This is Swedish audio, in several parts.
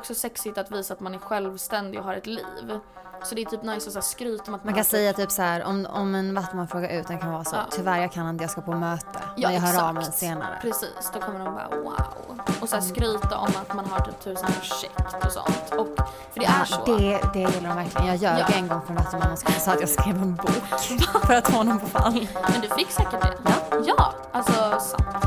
också sexigt att visa att man är självständig och har ett liv. Så det är typ nice att så här skryta om att man kan säga typ så här, om en vattenman frågar ut, den kan vara så, tyvärr jag kan inte, jag ska på möte. Ja, men jag exakt. hör av mig senare. Precis, då kommer de bara wow. Och så här skryta om att man har typ 1000 projekt och sånt. Och, för det är så. Det gillar de verkligen. Jag ljög en gång för en vattenman och sa att jag skrev en bok för att ha honom på fall. Men du fick säkert det. Ja, alltså sant.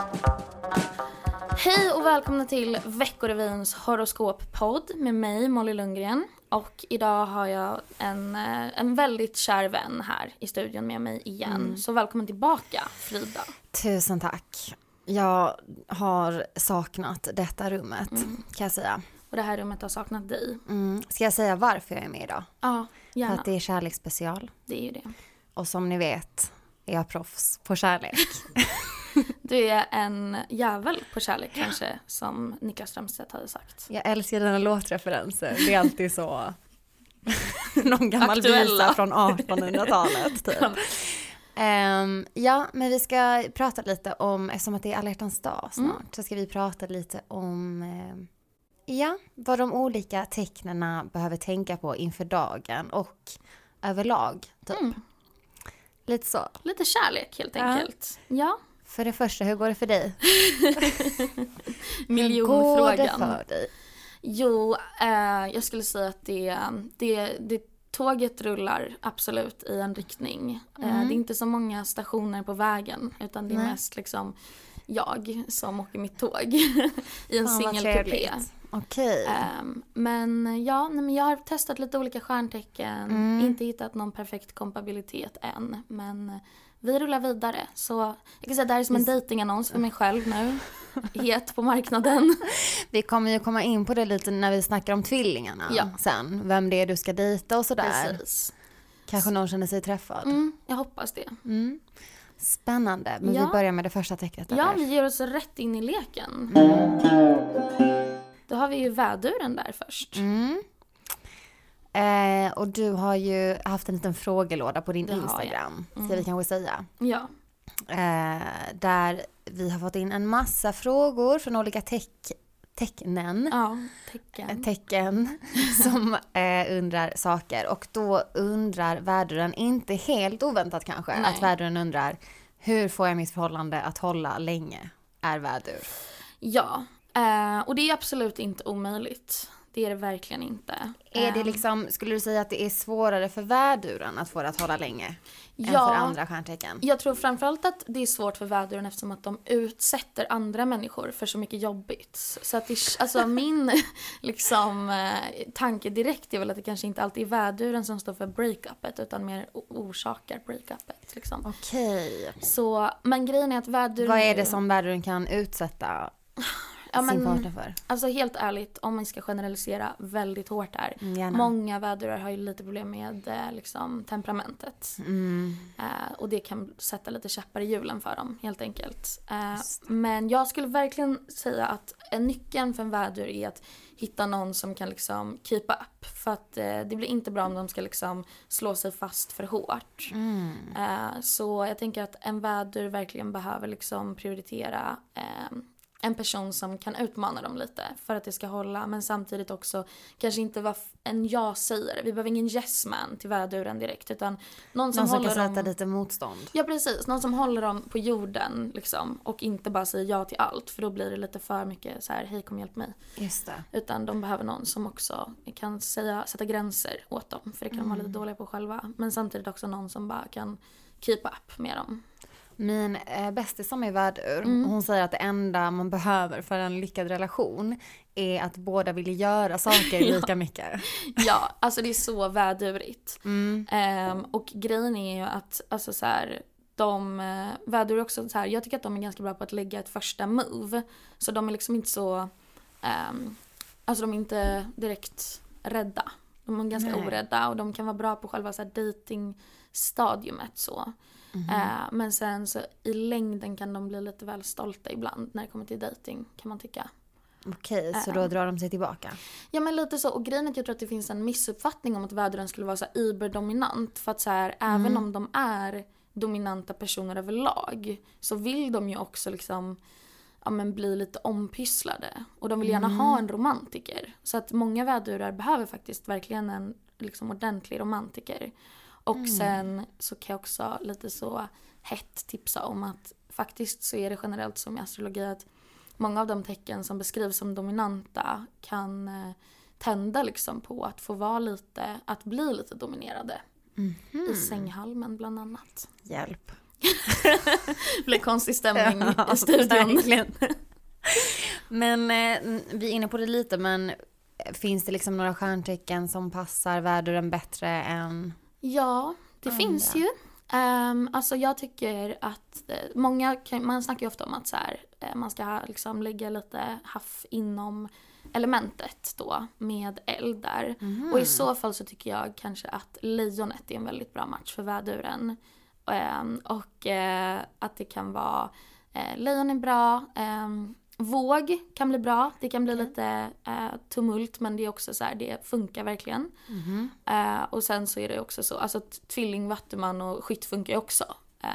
Hej och välkomna till Veckorevyns horoskoppodd med mig, Molly Lundgren. Och idag har jag en väldigt kär vän här i studion med mig igen. Så välkommen tillbaka, Frida. Tusen tack. Jag har saknat detta rummet, kan jag säga. Och det här rummet har saknat dig. Ska jag säga varför jag är med idag? Ja, gärna. För att det är kärleksspecial. Det är ju det. Och som ni vet är jag proffs på kärlek. Du är en jävel på kärlek kanske, som Niklas Strömstedt hade sagt. Jag älskar dina låtreferenser. Det är alltid så någon gammal aktuella visa från 1800-talet typ. Ja, men vi ska prata lite om, eftersom att det är alla hjärtans dag snart, så ska vi prata lite om vad de olika tecknena behöver tänka på inför dagen och överlag typ. Lite så. Lite kärlek helt enkelt. Ja. För det första, hur går det för dig? Miljonfrågan. Hur går det för dig? Jo, jag skulle säga att det tåget rullar absolut i en riktning. Det är inte så många stationer på vägen, utan det är mest liksom jag som åker mitt tåg i en singelkupé. Okej. Men jag har testat lite olika stjärntecken. Inte hittat någon perfekt kompabilitet än. Men vi rullar vidare. Så jag kan säga att det här är som en datingannons för mig själv nu. Het på marknaden. Vi kommer ju komma in på det lite när vi snackar om tvillingarna sen. Vem det är du ska dejta och sådär. Precis. Kanske någon känner sig träffad. Jag hoppas det. Spännande. Men vi börjar med det första tecknet. Ja, vi ger oss rätt in i leken. Då har vi ju väduren där först. Och du har ju haft en liten frågelåda på din Instagram. Ska vi kanske säga. Ja. Där vi har fått in en massa frågor från olika tecknen. Ja, tecken som undrar saker. Och då undrar väduren, inte helt oväntat kanske, att väduren undrar, hur får jag mitt förhållande att hålla länge? Är vädur. Ja, och det är absolut inte omöjligt. Det är det verkligen inte. Är det liksom, skulle du säga att det är svårare för väduren att få det att hålla länge än för andra stjärntecken? Jag tror framförallt att det är svårt för väduren eftersom att de utsätter andra människor för så mycket jobbigt. Så att alltså min liksom, tanke direkt är väl att det kanske inte alltid är väduren som står för breakupet utan mer orsakar breakupet. Liksom. Okej. Så, men grejen är att väduren... Vad är det som väduren kan utsätta sin partner för? Alltså helt ärligt, om man ska generalisera väldigt hårt här. Många vädurar har ju lite problem med liksom, temperamentet. Och det kan sätta lite käppar i hjulen för dem, helt enkelt. Men jag skulle verkligen säga att nyckeln för en vädur är att hitta någon som kan liksom keep up. För att det blir inte bra om de ska liksom slå sig fast för hårt. Så jag tänker att en vädur verkligen behöver liksom prioritera en person som kan utmana dem lite för att det ska hålla, men samtidigt också kanske inte vara en ja-sägare. Vi behöver ingen yes-man till väduren direkt, utan någon som håller kan dem... sätta lite motstånd. Ja, precis. Någon som håller dem på jorden liksom, och inte bara säger ja till allt, för då blir det lite för mycket så här, hej kom hjälp mig. Just det. Utan de behöver någon som också kan sätta gränser åt dem, för det kan de vara lite dåliga på själva. Men samtidigt också någon som bara kan keep up med dem. Min bästis som är vädur, hon säger att det enda man behöver för en lyckad relation är att båda vill göra saker lika mycket. Ja, alltså det är så vädurigt. Och grejen är ju att alltså så här, vädur också så här, jag tycker att de är ganska bra på att lägga ett första move. Så de är liksom inte så alltså de är inte direkt rädda. De är ganska orädda och de kan vara bra på själva så här datingstadiumet så. Men sen så i längden kan de bli lite väl stolta ibland när det kommer till dating, kan man tycka. Okej, så då drar de sig tillbaka? Ja, men lite så. Och grejen är att jag tror att det finns en missuppfattning om att väduren skulle vara så här überdominant. För att så här, även om de är dominanta personer överlag, så vill de ju också liksom bli lite ompysslade. Och de vill gärna ha en romantiker. Så att många vädurar behöver faktiskt verkligen en liksom ordentlig romantiker. Och sen så kan jag också lite så hett tipsa om att faktiskt så är det generellt som i astrologi att många av de tecken som beskrivs som dominanta kan tända liksom på att få vara lite, att bli lite dominerade. I sänghalmen bland annat. Hjälp. Det blev konstig stämning i studion. Men vi är inne på det lite, men finns det liksom några stjärntecken som passar väduren bättre än Ja, det finns ju. Alltså jag tycker att man snackar ju ofta om att så här, man ska liksom lägga lite haff inom elementet då med eld där. Och i så fall så tycker jag kanske att lejonet är en väldigt bra match för väduren. Och att det kan vara lejon är bra, våg kan bli bra, det kan bli lite tumult, men det är också så här, det funkar verkligen. Och sen så är det också så, alltså tvilling, vattuman och skytt funkar ju också.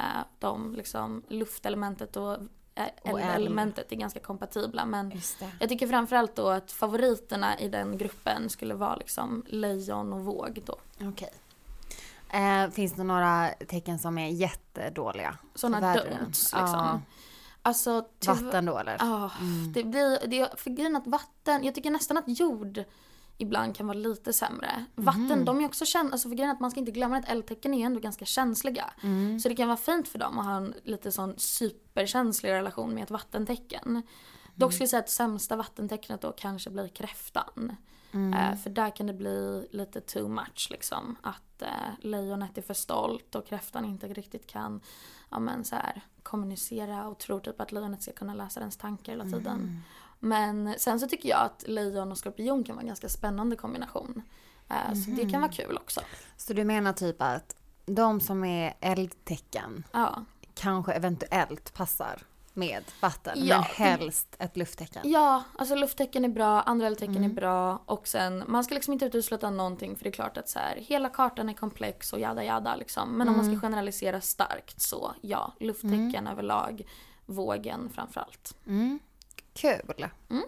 De liksom luftelementet och elementet är ganska kompatibla, men jag tycker framförallt då att favoriterna i den gruppen skulle vara liksom lejon och våg då. Okej. Finns det några tecken som är jättedåliga? Sådana dumt liksom. Alltså, vatten då eller? Ja, det för grejen att vatten, jag tycker nästan att jord ibland kan vara lite sämre. Vatten, de är också alltså för grejen att man ska inte glömma att eldtecken är ändå ganska känsliga. Så det kan vara fint för dem att ha en lite sån superkänslig relation med ett vattentecken. Dock skulle jag säga att sämsta vattentecknet då kanske blir kräftan. För där kan det bli lite too much liksom. Att lejonet är för stolt och kräftan inte riktigt kan så här, kommunicera och tror typ att lejonet ska kunna läsa ens tankar hela tiden. Men sen så tycker jag att lejon och skorpion kan vara en ganska spännande kombination. Så det kan vara kul också. Så du menar typ att de som är eldtecken kanske eventuellt passar med vatten, men helst ett lufttecken? Ja, alltså lufttecken är bra, andra eldtecken är bra, och sen man ska liksom inte utesluta någonting, för det är klart att så här, hela kartan är komplex och jada liksom. Men om man ska generalisera starkt så lufttecken överlag, vågen framförallt. Kul.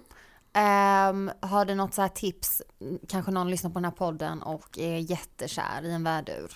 Har du något så här tips, kanske någon lyssnar på den här podden och är jättekär i en vädur?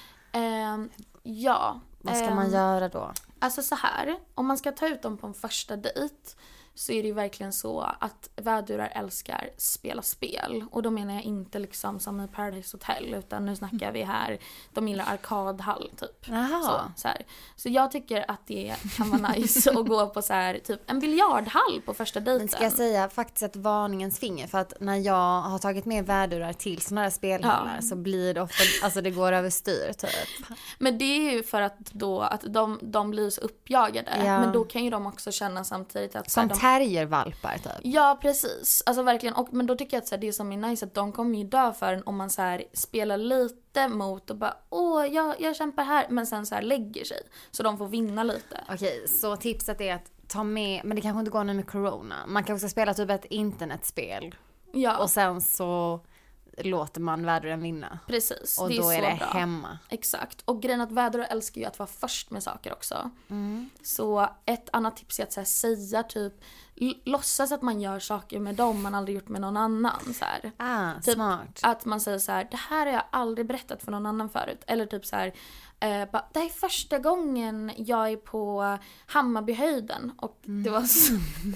Vad ska man göra då? Alltså så här, om man ska ta ut dem på en första dejt så är det ju verkligen så att vädurar älskar spela spel. Och då menar jag inte liksom som i Paradise Hotel, utan nu snackar vi här, de gillar arkadhall typ. Så här. Så jag tycker att det kan vara nice att gå på så här, typ en biljardhall på första dejten. Men ska jag säga faktiskt ett varningens finger, för att när jag har tagit med vädurar till sådana här spelhallar så blir det ofta, alltså det går över styr typ. Men det är ju för att då att de blir så uppjagade. Men då kan ju de också känna samtidigt att som terriervalpar typ. Ja, precis. Alltså verkligen. Men då tycker jag att så här, det som är nice att de kommer ju dö för en om man så här spelar lite mot och bara jag kämpar här, men sen så här lägger sig. Så de får vinna lite. Okej, så tipset är att ta med, men det kanske inte går nu med corona. Man kan också spela typ ett internetspel. Och sen så låter man väduren vinna. Precis, och det då är det bra. Hemma. Exakt. Och grejen att vädurar älskar ju att vara först med saker också. Så ett annat tips är att så här, säga typ låtsas att man gör saker med dem man aldrig gjort med någon annan så här. Typ smart. Att man säger så här: det här har jag aldrig berättat för någon annan förut. Eller typ så här, det här är första gången jag är på Hammarbyhöjden. Och det var så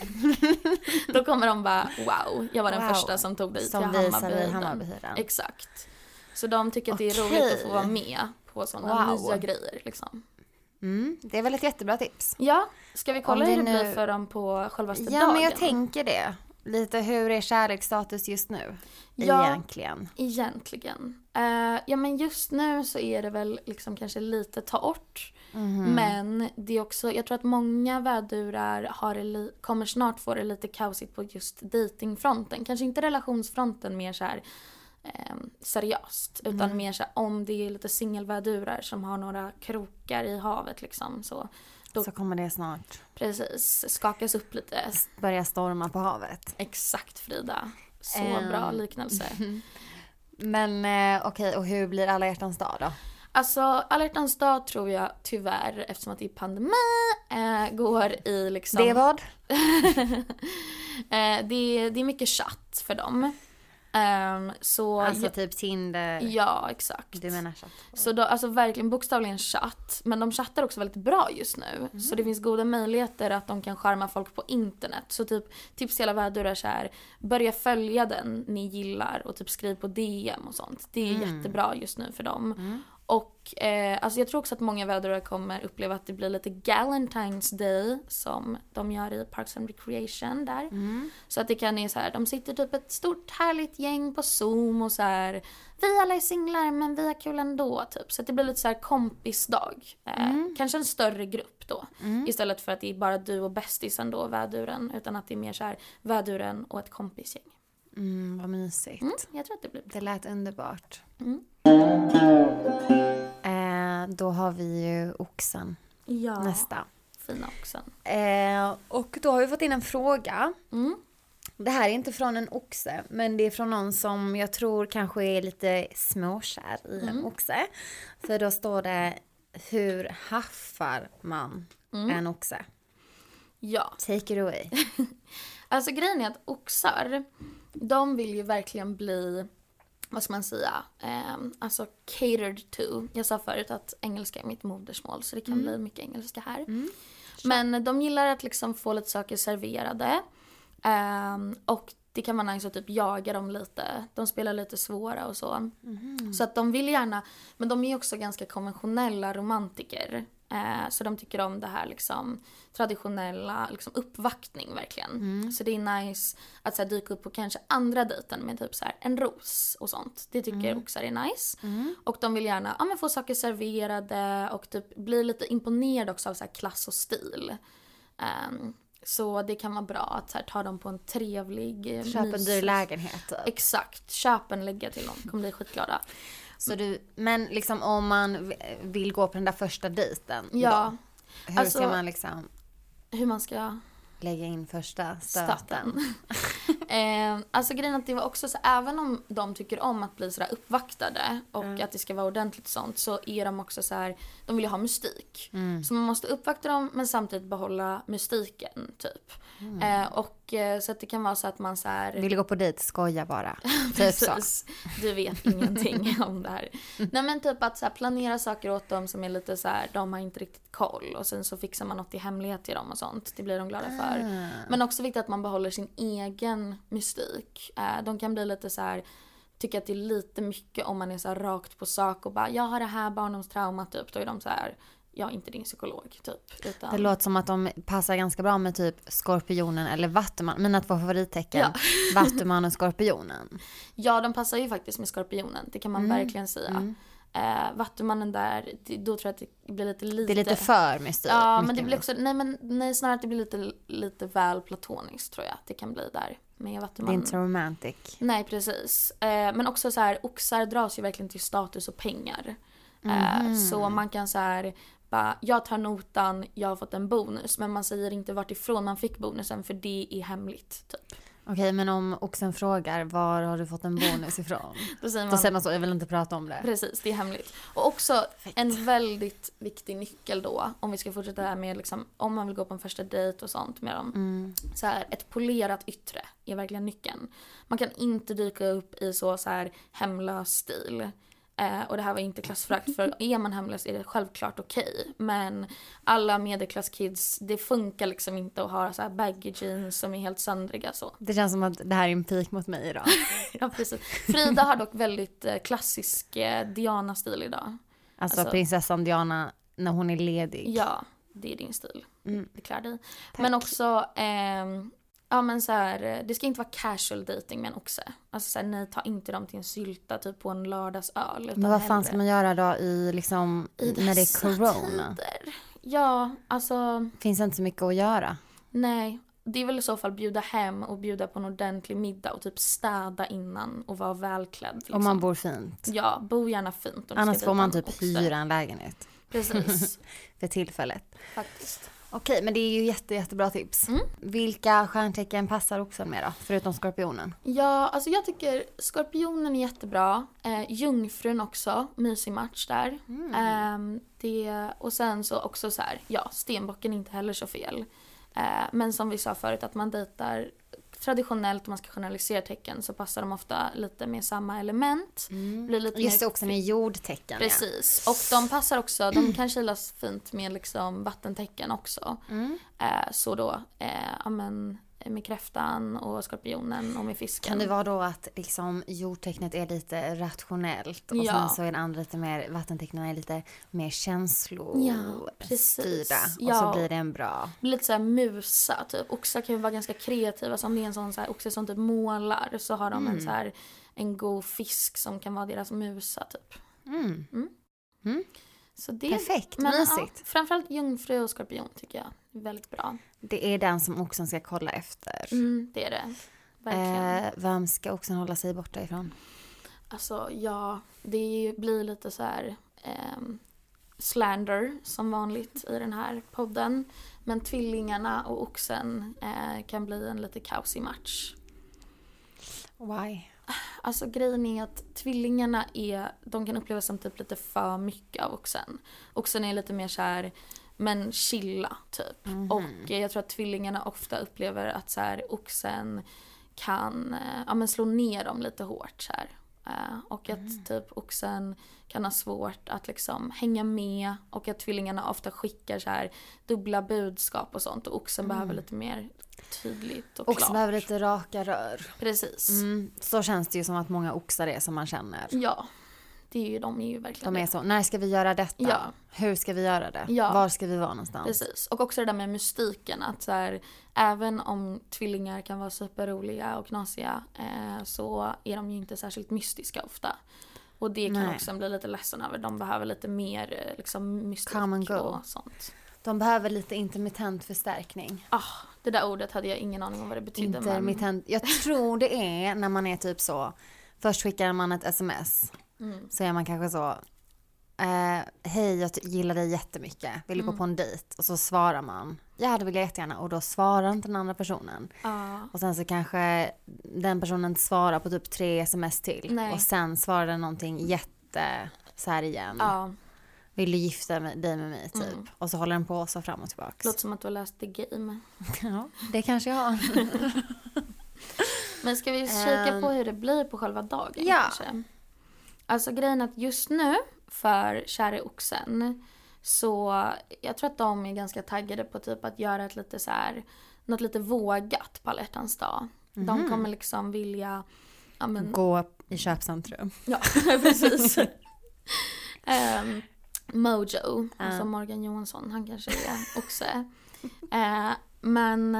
då kommer de bara wow, jag var den första som tog dig till Hammarbyhöjden. Exakt. Så de tycker att det är roligt att få vara med på sådana nya grejer liksom. Det är väl ett jättebra tips. Ja, ska vi kolla hur det blir för dem på självaste dagen? Ja, men jag tänker det. Lite hur är kärleksstatus just nu? Egentligen. Ja, men just nu så är det väl liksom kanske lite torrt. Men det är också, jag tror att många vädurar kommer snart få det lite kaosigt på just datingfronten. Kanske inte relationsfronten mer så här seriöst, utan mer så här, om det är lite singelvädurar som har några krokar i havet liksom, så kommer det snart. Precis, skakas upp lite. Börja storma på havet. Exakt, Frida. Så bra liknelse. Men okej, och hur blir alla hjärtans dag då? Alltså alla hjärtans dag tror jag tyvärr, eftersom att det är pandemi, går i liksom... Det är vad? Det är mycket chatt för dem. Så alltså typ Tinder. Ja, exakt. Du menar chatt. Så då, alltså verkligen bokstavligen chatt. Men de chattar också väldigt bra just nu. Så det finns goda möjligheter att de kan charma folk på internet. Så typ tips till alla vädurar så här: börja följa den ni gillar och typ skriv på DM och sånt. Det är jättebra just nu för dem. Och alltså jag tror också att många vädurar kommer uppleva att det blir lite Galentine's Day som de gör i Parks and Recreation där. Så att det kan är så här, de sitter typ ett stort härligt gäng på Zoom och så här, vi alla är singlar men vi har kul ändå typ. Så att det blir lite så här kompisdag. Kanske en större grupp då. Istället för att det är bara du och bästisen då, väduren. Utan att det är mer så här, väduren och ett kompisgäng. Vad mysigt. Jag tror att det blir bra. Det lät underbart. Då har vi ju oxen. Ja, nästa. Fina oxen. Och då har vi fått in en fråga. Det här är inte från en oxe, men det är från någon som jag tror kanske är lite småkär i en oxe. För då står det: hur haffar man en oxe? Ja. Take it away. Alltså grejen är att oxar, de vill ju verkligen bli, vad ska man säga, alltså catered to. Jag sa förut att engelska är mitt modersmål, så det kan bli mycket engelska här. Men de gillar att liksom få lite saker serverade. Och det kan vara nice att typ jaga dem lite. De spelar lite svåra och så. Så att de vill gärna, men de är också ganska konventionella romantiker. Så de tycker om det här liksom traditionella liksom uppvaktning verkligen. Så det är nice att så här, dyka upp på kanske andra dejten med typ så här, en ros och sånt. Det tycker oxar är nice. Och de vill gärna men få saker serverade och typ bli lite imponerade också av så här, klass och stil. Så det kan vara bra att så här, ta dem på en trevlig köp en dyr lägenhet typ. Exakt, köp en lägga till dem. De kommer bli skitglada. Så men liksom om man vill gå på den där första dejten då, hur ska man liksom hur man ska lägga in första stöten? Alltså grejen att det var också så, även om de tycker om att bli så där uppvaktade och att det ska vara ordentligt sånt, så är de också så här, de vill ju ha mystik. Så man måste uppvakta dem men samtidigt behålla mystiken typ. Och så att det kan vara så att man så här vill gå på dejt, skoja bara. Precis. Du vet ingenting om det här. Nej men typ att så här, planera saker åt dem som är lite så här, de har inte riktigt koll, och sen så fixar man något i hemlighet till dem och sånt. Det blir de glada för. Men också viktigt att man behåller sin egen mystik. De kan bli lite så här, tycker att det är lite mycket om man är så här rakt på sak och bara, jag har det här barndomstrauma typ. Då är de så här, jag är inte din psykolog typ. Utan... Det låter som att de passar ganska bra med typ skorpionen eller vattuman. Mina två favorittecken, vattuman och skorpionen. Ja, de passar ju faktiskt med skorpionen. Det kan man verkligen säga. Vattumannen där, då tror jag att det blir lite... Det är lite för mystiskt. Ja, men det blir också... Nej, snarare att det blir lite väl platoniskt tror jag. Det kan bli där med vattumannen. Det är inte romantic. Nej, precis. Men också så här, oxar dras ju verkligen till status och pengar. Så man kan så här... Bara, jag tar notan, jag har fått en bonus. Men man säger inte vart ifrån man fick bonusen, för det är hemligt typ. Okej, men om oxen frågar, var har du fått en bonus ifrån? Då säger man så, jag vill inte prata om det. Precis, det är hemligt. Och också en väldigt viktig nyckel då, om vi ska fortsätta här med liksom, om man vill gå på en första dejt och sånt med dem. Så här, ett polerat yttre är verkligen nyckeln. Man kan inte dyka upp i så här hemlös stil. Och det här var inte klassförakt, för är man hemlös är det självklart okej. Men alla medelklasskids, det funkar liksom inte att ha så här baggy jeans som är helt söndriga så. Det känns som att det här är en pik mot mig idag. Ja, precis. Frida har dock väldigt klassisk Diana-stil idag. Alltså prinsessan Diana när hon är ledig. Ja, det är din stil. Det klär dig. Tack. Men också... ja men så här, det ska inte vara casual dating med en oxe. Alltså så här, nej, ta inte dem till en sylta typ på en lördagsöl. Men vad fan ska man göra då i liksom när det är corona? Tider. Ja, alltså... Finns inte så mycket att göra. Nej, det är väl i så fall bjuda hem och bjuda på en ordentlig middag och typ städa innan och vara välklädd. Liksom. Om man bor fint. Ja, bo gärna fint. Annars får man typ hyra en lägenhet. Precis. För tillfället. Faktiskt. Okej, men det är ju jättebra tips. Vilka stjärntecken passar oxen med då, förutom skorpionen? Ja, alltså jag tycker skorpionen är jättebra. Jungfrun också, mysig match där. Och sen så också så här, ja, stenbocken är inte heller så fel. Men som vi sa förut, att man dejtar traditionellt, om man ska generalisera tecken, så passar de ofta lite med samma element. Blir lite just det, också med jordtecken. Precis, och de passar också, de kan kilas fint med liksom vattentecken också. Så då, med kräftan och skorpionen och med fisken. Kan det vara då att liksom jordtecknet är lite rationellt och sen så är den andra lite mer, vattentecknen är lite mer känslostyrda och så blir det en bra. Det blir lite så här musa typ. Oxar kan ju vara ganska kreativa, så om det är en sån så här oxe som typ målar, så har de en så här en god fisk som kan vara deras musa typ. Så det, perfekt, mysigt. Ja, framförallt jungfru och skorpion tycker jag är väldigt bra. Det är den som oxen ska kolla efter. Det är det. Verkligen. Vem ska oxen hålla sig borta ifrån? Alltså ja, det blir lite så här slander som vanligt i den här podden. Men tvillingarna och oxen kan bli en lite kaosig match. Why? Alltså grejen är att tvillingarna de kan upplevas som typ lite för mycket av oxen. Oxen är lite mer så här, men chilla typ. Och jag tror att tvillingarna ofta upplever att så här, oxen kan slå ner dem lite hårt så här. Och att typ oxen kan ha svårt att liksom hänga med, och att tvillingarna ofta skickar så här dubbla budskap och sånt, och oxen behöver lite mer tydligt och klart. Oxen behöver lite raka rör. Precis. Så känns det ju som att många oxar är som man känner. Ja, de är ju verkligen de är så, när ska vi göra detta? Ja. Hur ska vi göra det? Ja. Var ska vi vara någonstans? Precis. Och också det där med mystiken, att så här, även om tvillingar kan vara superroliga och knasiga, så är de ju inte särskilt mystiska ofta. Och det kan också bli lite ledsen över. De behöver lite mer liksom mystik och sånt. De behöver lite intermittent förstärkning. Det där ordet hade jag ingen aning om vad det betydde. Intermittent. Jag tror det är när man är typ så. Först skickar man ett sms. Så är man kanske så. Hej, jag gillar dig jättemycket. Vill du gå på en dejt? Och så svarar man. Ja, det vill jag jättegärna. Och då svarar inte den andra personen. Och sen så kanske den personen svarar på typ 3 sms till. Och sen svarar den någonting så här igen. Vill du gifta dig med mig typ? Och så håller den på så fram och tillbaka. Låter som att du har läst The Game. Ja, det kanske jag har. Men ska vi kika på hur det blir på själva dagen kanske? Alltså grejen är att just nu för kära oxen, så jag tror att de är ganska taggade på typ att göra ett lite så här, något lite vågat på alla hjärtans dag. De kommer liksom vilja gå i köpcentrum. Ja, precis. Mojo, alltså Morgan Johansson, han kanske är oxe. Men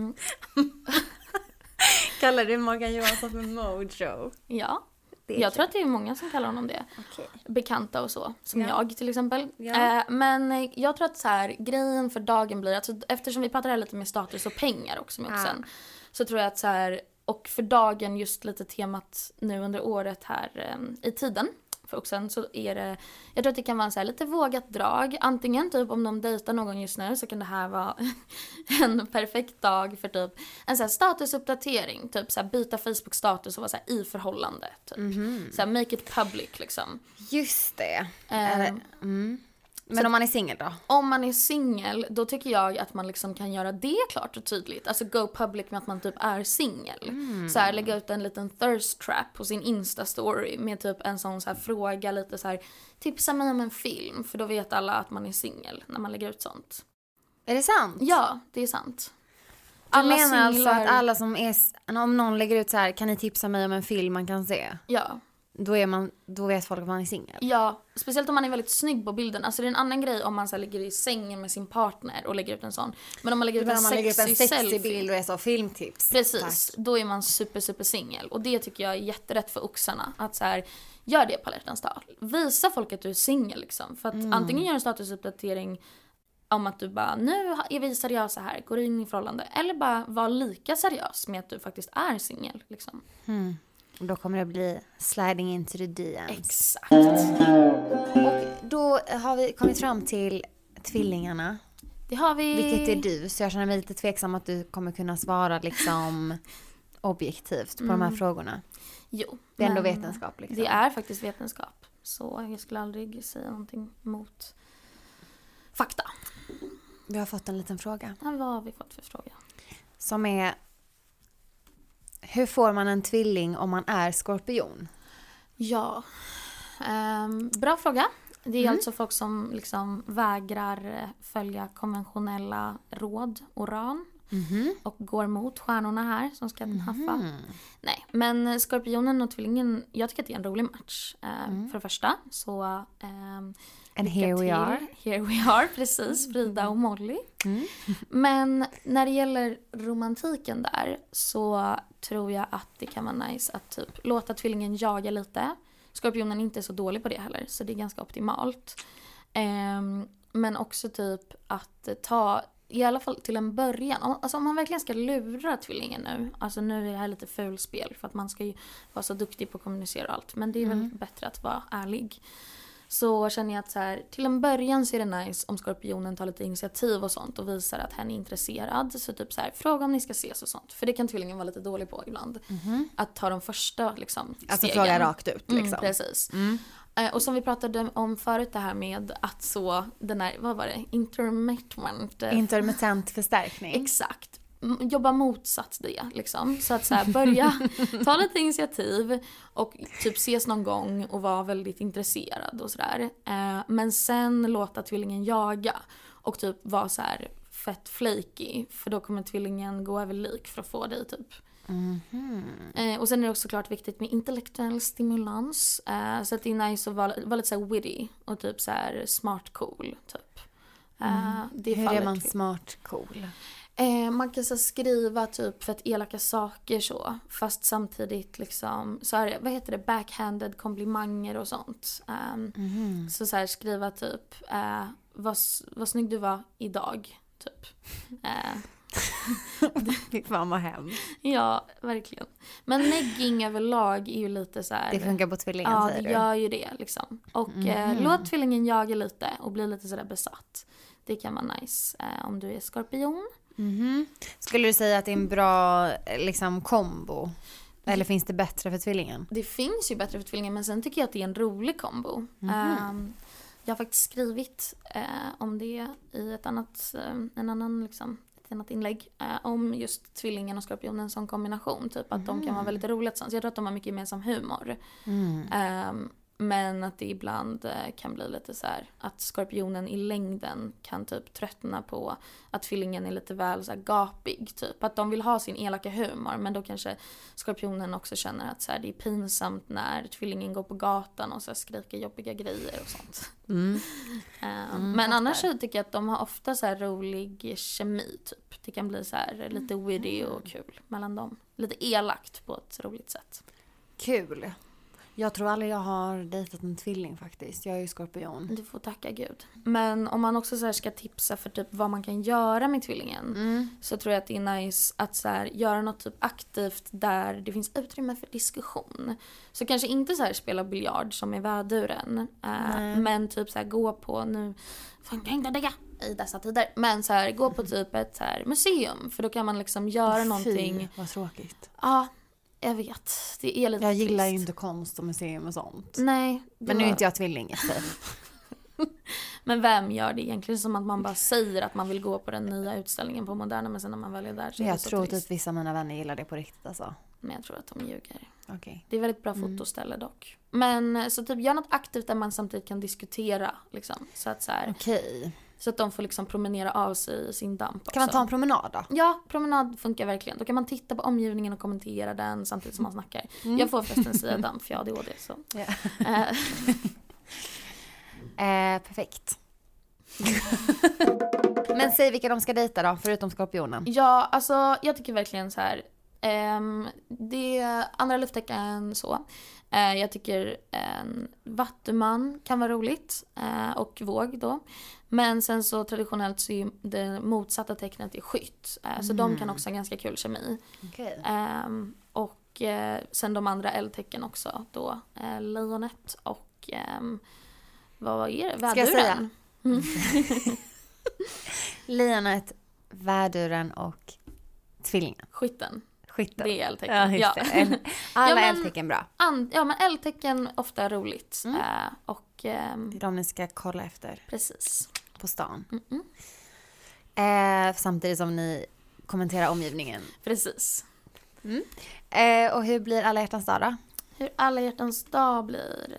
kallar du Morgan Johansson för Mojo? Ja. Jag tror att det är många som kallar honom det. Bekanta och så. Som jag till exempel. Men jag tror att så här, grejen för dagen blir, alltså, eftersom vi pratar här lite med status och pengar också med oxen, så tror jag att så här, och för dagen just lite temat nu under året här i tiden för oxen, så är det, jag tror att det kan vara en så här lite vågat drag. Antingen typ om de dejtar någon just nu, så kan det här vara en perfekt dag för typ en så här statusuppdatering, typ så här byta Facebook-status och vara så här i förhållande typ. Så här make it public liksom. Just det. Men om man är singel då? Om man är singel, då tycker jag att man liksom kan göra det klart och tydligt. Alltså go public med att man typ är singel. Så här, lägga ut en liten thirst trap på sin Insta-story med typ en sån så här fråga, lite så här, tipsa mig om en film. För då vet alla att man är singel när man lägger ut sånt. Är det sant? Ja, det är sant. Du menar alltså att alla som är, om någon lägger ut så här, kan ni tipsa mig om en film man kan se? Ja. Då vet folk att man är singel. Ja, speciellt om man är väldigt snygg på bilden. Alltså det är en annan grej om man så här ligger i sängen med sin partner och lägger ut en sån. Men om man lägger ut en sexig bild och är så filmtips. Precis, då är man super singel. Och det tycker jag är jätterätt för oxarna. Att så här, gör det på alla hjärtans dag. Visa folk att du är singel liksom. För att antingen gör en statusuppdatering om att du bara, nu är vi seriösa här, går in i förhållande. Eller bara var lika seriös med att du faktiskt är singel liksom. Då kommer det bli sliding into the DMs. Exakt. Och då har vi kommit fram till tvillingarna. Det har vi. Vilket är du? Så jag känner mig lite tveksam att du kommer kunna svara liksom objektivt på de här frågorna. Jo. Det är ändå vetenskap liksom. Det är faktiskt vetenskap. Så jag skulle aldrig säga någonting mot fakta. Vi har fått en liten fråga. Ja, vad har vi fått för fråga? Som är: hur får man en tvilling om man är skorpion? Ja, bra fråga. Det är alltså folk som liksom vägrar följa konventionella råd och ran. Och går mot stjärnorna här som ska haffa. Nej, men skorpionen och tvillingen, jag tycker att det är en rolig match. För det första så... And here we are. Here we are, precis. Frida och Molly. Men när det gäller romantiken där så tror jag att det kan vara nice att typ låta tvillingen jaga lite. Skorpionen är inte så dålig på det heller, så det är ganska optimalt. Men också typ att ta, i alla fall till en början, alltså om man verkligen ska lura tvillingen nu, alltså nu är det här lite fulspel för att man ska ju vara så duktig på att kommunicera och allt, men det är väl bättre att vara ärlig. Så känner jag att så här, till en början så är det nice om skorpionen tar lite initiativ och sånt och visar att hen är intresserad. Så typ så här, fråga om ni ska ses och sånt. För det kan tvillingen vara lite dålig på ibland. Att ta de första liksom, stegen. Alltså fråga rakt ut liksom. Precis. Och som vi pratade om förut, det här med att så den här, vad var det? Intermittent förstärkning. Exakt. Jobba motsatt det liksom. Så att så här, börja ta lite initiativ och typ ses någon gång och vara väldigt intresserad och sådär. Men sen låta tvillingen jaga och typ vara så här fett flaky, för då kommer tvillingen gå över lik för att få dig typ. Och sen är det också klart viktigt med intellektuell stimulans. Så att det är nice att vara lite så här witty och typ så här smart cool typ. Det är hur är man smart cool? Man kan så skriva typ för att elaka saker så, fast samtidigt liksom så här, vad heter det, backhanded komplimanger och sånt. Så här skriva typ vad snygg du var idag typ. Fan vad hemskt. Ja, verkligen. Men negging överlag är ju lite så här. Det funkar på tvillingen, ja, säger du. Ja, det gör ju det liksom. Och låt tvillingen jaga lite och bli lite sådär besatt. Det kan vara nice om du är skorpion. Skulle du säga att det är en bra liksom kombo? Eller finns det bättre för tvillingen? Det finns ju bättre för tvillingen, men sen tycker jag att det är en rolig kombo. Jag har faktiskt skrivit om det i ett annat inlägg om just tvillingen och skorpionen som kombination. Typ att de kan vara väldigt roliga tillsammans. Jag tror att de har mycket gemensam humor. Men att det ibland kan bli lite så här att skorpionen i längden kan typ tröttna på att tvillingen är lite väl så här gapig typ. Att de vill ha sin elaka humor, men då kanske skorpionen också känner att så här, det är pinsamt när tvillingen går på gatan och så här skriker jobbiga grejer och sånt. Men annars så tycker jag att de har ofta så här rolig kemi typ. Det kan bli så här lite witty och kul mellan dem. Lite elakt på ett roligt sätt. Kul. Jag tror aldrig jag har dejtat en tvilling faktiskt. Jag är ju skorpion. Du får tacka Gud. Men om man också så här ska tipsa för typ vad man kan göra med tvillingen. Så tror jag att det är nice att så här göra något typ aktivt där det finns utrymme för diskussion. Så kanske inte så här spela biljard som är väduren. Men typ så här gå på nu... Funkar inte det i dessa tider. Men så här gå på typ ett så här museum. För då kan man liksom göra någonting. Vad tråkigt. Ja. Jag vet, det är lite jag gillar trist. ju inte konst och museum och sånt. Nej. Men nu är inte jag tvilling. Men vem gör det egentligen? Som att man bara säger att man vill gå på den nya utställningen på Moderna, men sen när man väl är där så är jag det så tror trist. att vissa av mina vänner gillar det på riktigt alltså. Men jag tror att de ljuger. Okay. Det är väldigt bra fotoställe dock. Men så typ gör något aktivt där man samtidigt kan diskutera liksom. Så att så här. Okej. Så att de får liksom promenera av sig sin damp också. Kan man ta en promenad då? Ja, promenad funkar verkligen. Då kan man titta på omgivningen och kommentera den samtidigt som man snackar. Jag får förresten säga damp för jag har ADHD. Så. Perfekt. Men säg vilka de ska dejta då, förutom skorpionen. Ja, alltså jag tycker verkligen så här. Det är andra lufttecken så. Jag tycker en vattuman kan vara roligt. Och våg då. Men sen så traditionellt så är det motsatta tecknet är skytt. Så de kan också ha ganska kul kemi. Okay. Och sen de andra eldtecken också då. Lejonet och vad är det? Väduren. Ska jag säga? Lejonet, värduren och tvillingen. Skytten. Skytten. Det är eldtecken. Ja, just det. Alla eldtecken bra. Ja, men eldtecken ofta är roligt. Och, det är de ni ska kolla efter. Precis. På stan. Samtidigt som ni kommenterar omgivningen. Precis. Och hur blir alla hjärtans dag då? Hur alla hjärtans dag blir?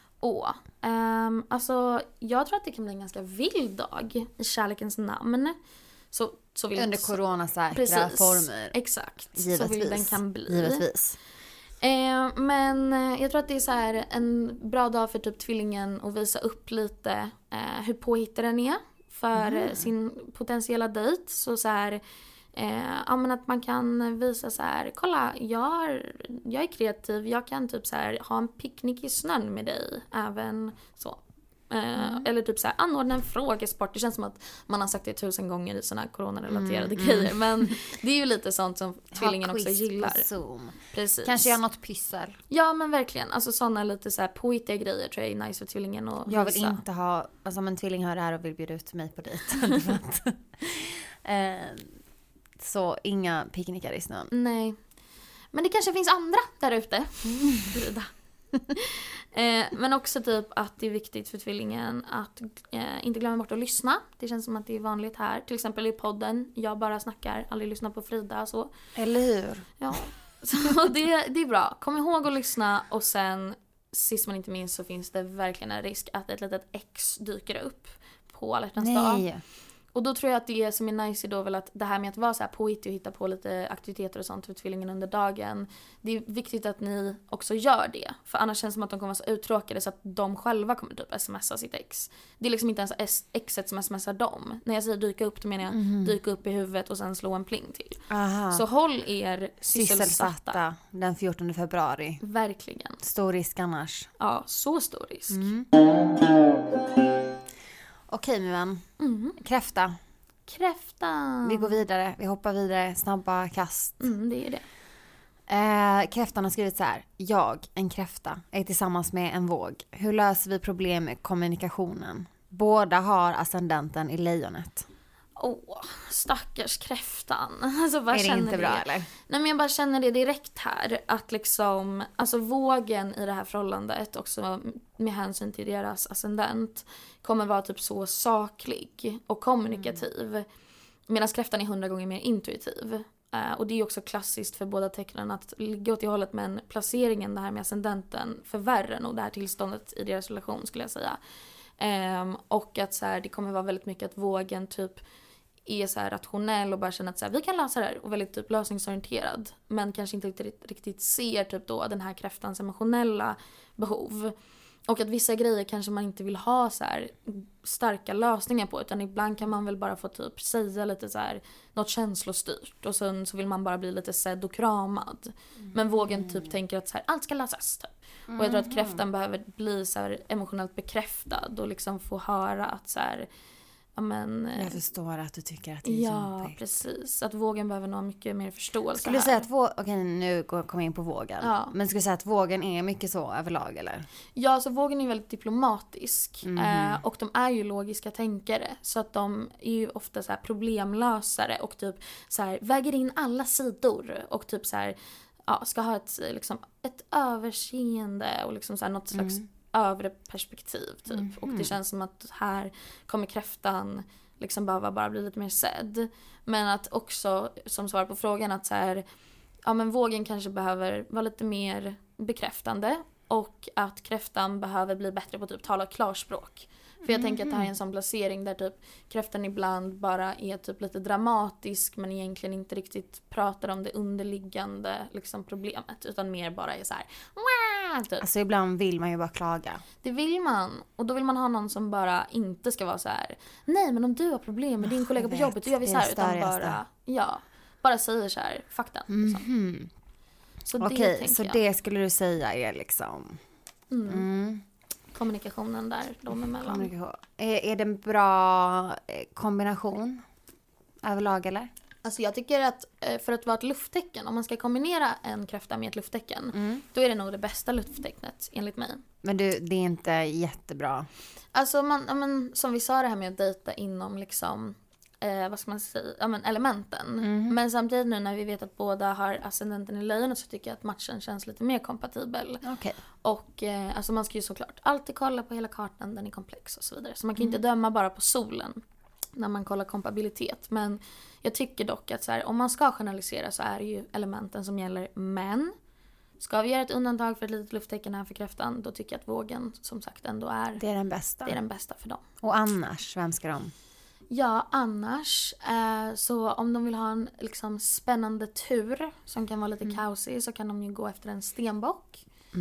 Alltså jag tror att det kan bli en ganska vild dag i kärlekens namn. Så vill under coronasäkra former. Exakt. Givetvis. Så vill den kan bli. Givetvis. Men jag tror att det är så här en bra dag för typ tvillingen att visa upp lite hur påhittad den är för sin potentiella dejt. Så här, men att man kan visa så här, kolla, jag är kreativ, jag kan typ så här ha en picknick i snön med dig, även så. Eller typ så här, anordna en frågesport. Det känns som att man har sagt det 1000 gånger i såna här coronarelaterade grejer. Men det är ju lite sånt som tvillingen också gillar. På Zoom. Precis. Kanske göra något pyssel. Ja, men verkligen. Alltså såna lite så här påhittiga grejer tror jag är nice för tvillingen att jag vill visa. inte ha, alltså om en tvilling hör det här och vill bjuda ut mig på dejt. Så inga picknickar i snön. Nej. Men det kanske finns andra där ute. Men också typ att det är viktigt för tvillingen att inte glömma bort att lyssna. Det känns som att det är vanligt här. Till exempel i podden. Jag bara snackar, aldrig lyssnar på Frida. Så. Eller hur? Ja. Så det är bra. Kom ihåg att lyssna och sen sist men inte minst så finns det verkligen en risk att ett litet X dyker upp på alla hjärtans dag. Och då tror jag att det som är nice är då väl att det här med att vara så här påhittig och hitta på lite aktiviteter och sånt för tvillingen under dagen. Det är viktigt att ni också gör det. För annars känns det som att de kommer vara så uttråkade så att de själva kommer typ smsa sitt ex. Det är liksom inte ens exet som smsar dem. När jag säger dyka upp då menar jag dyka upp i huvudet och sen slå en pling till. Aha. Så håll er sysselsatta den 14 februari. Verkligen. Stor risk annars. Ja, så stor risk. Okej, min vän. Kräfta. Vi går vidare. Vi hoppar vidare. Snabba kast. Det är det. Kräftan har skrivit så här. Jag, en kräfta, är tillsammans med en våg. Hur löser vi problem med kommunikationen? Båda har ascendenten i lejonet. Stackars kräftan. Alltså, bara är det inte bra eller? Nej, men jag bara känner det direkt här. Att liksom, alltså vågen i det här förhållandet också med hänsyn till deras ascendent kommer vara typ så saklig och kommunikativ. Medan kräftan är 100 gånger mer intuitiv. Och det är också klassiskt för båda tecknen att ligga åt det hållet, men placeringen det här med ascendenten förvärrar nog det här tillståndet i deras relation skulle jag säga. Och att så här, det kommer vara väldigt mycket att vågen typ är så här rationell och bara känner att så här, vi kan lösa det här och väldigt typ lösningsorienterad, men kanske inte riktigt ser typ då den här kräftans emotionella behov. Och att vissa grejer kanske man inte vill ha så här starka lösningar på, utan ibland kan man väl bara få typ säga lite så här något känslostyrt och sen så vill man bara bli lite sedd och kramad. Men vågen typ tänker att så här, allt ska lösas typ. Och jag tror att kräftan behöver bli så här emotionellt bekräftad och liksom få höra att så här, men, jag förstår att du tycker att det är jobbigt. Ja, precis. Att vågen behöver nog mycket mer förståelse. Skulle du säga att okej, nu kommer jag in på vågen. Ja. Men skulle du säga att vågen är mycket så överlag eller? Ja, så vågen är väldigt diplomatisk. Och de är ju logiska tänkare. Så att de är ju ofta så här problemlösare och typ så här väger in alla sidor och typ så här, ja, ska ha ett överseende och liksom så här något slags övre perspektiv typ. Och det känns som att här kommer kräftan liksom bara bli lite mer sedd. Men att också som svar på frågan att så här, ja men vågen kanske behöver vara lite mer bekräftande och att kräftan behöver bli bättre på typ tala klarspråk. För jag tänker att det här är en sån placering där typ kräftan ibland bara är typ lite dramatisk men egentligen inte riktigt pratar om det underliggande liksom problemet utan mer bara är så här. Typ. Alltså ibland vill man ju bara klaga. Det vill man. Och då vill man ha någon som bara inte ska vara så här. Nej, men om du har problem med din kollega på jobbet då gör vi så här. Utan bara säger så här fakta. Liksom. Så okej, så det skulle du säga är liksom kommunikationen där de emellan. Är det en bra kombination överlag eller? Alltså jag tycker att för att vara ett lufttecken, om man ska kombinera en kräfta med ett lufttecken, då är det nog det bästa lufttecknet enligt mig. Men det är inte jättebra. Alltså som vi sa det här med att dejta inom liksom vad ska man säga, elementen. Men samtidigt nu när vi vet att båda har ascendenten i lejonet så tycker jag att matchen känns lite mer kompatibel. Okay. Och alltså man ska ju såklart alltid kolla på hela kartan, den är komplex och så vidare. Så man kan inte döma bara på solen när man kollar kompabilitet. Men jag tycker dock att så här, om man ska generalisera så är det ju elementen som gäller. Men ska vi göra ett undantag för ett litet lufttecken här för kräftan, då tycker jag att vågen som sagt ändå är... Det är den bästa. Det är den bästa för dem. Och annars, vem ska de? Ja, annars så om de vill ha en liksom spännande tur som kan vara lite kaosig så kan de ju gå efter en stenbock.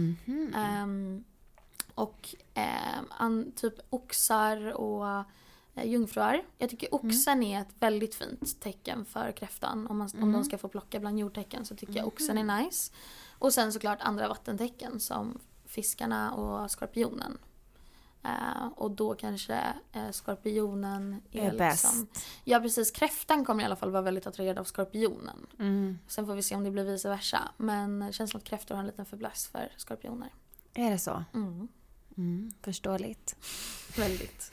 Och typ oxar och jungfrur. Jag tycker oxen är ett väldigt fint tecken för kräftan. Om de ska få plocka bland jordtecken så tycker jag oxen är nice. Och sen såklart andra vattentecken som fiskarna och skorpionen. Och då kanske skorpionen är liksom... Ja precis, kräftan kommer i alla fall vara väldigt attraherad av skorpionen. Sen får vi se om det blir vice versa. Men det känns som att kräftor har en liten fäbless för skorpioner. Är det så? Förståeligt. Väldigt.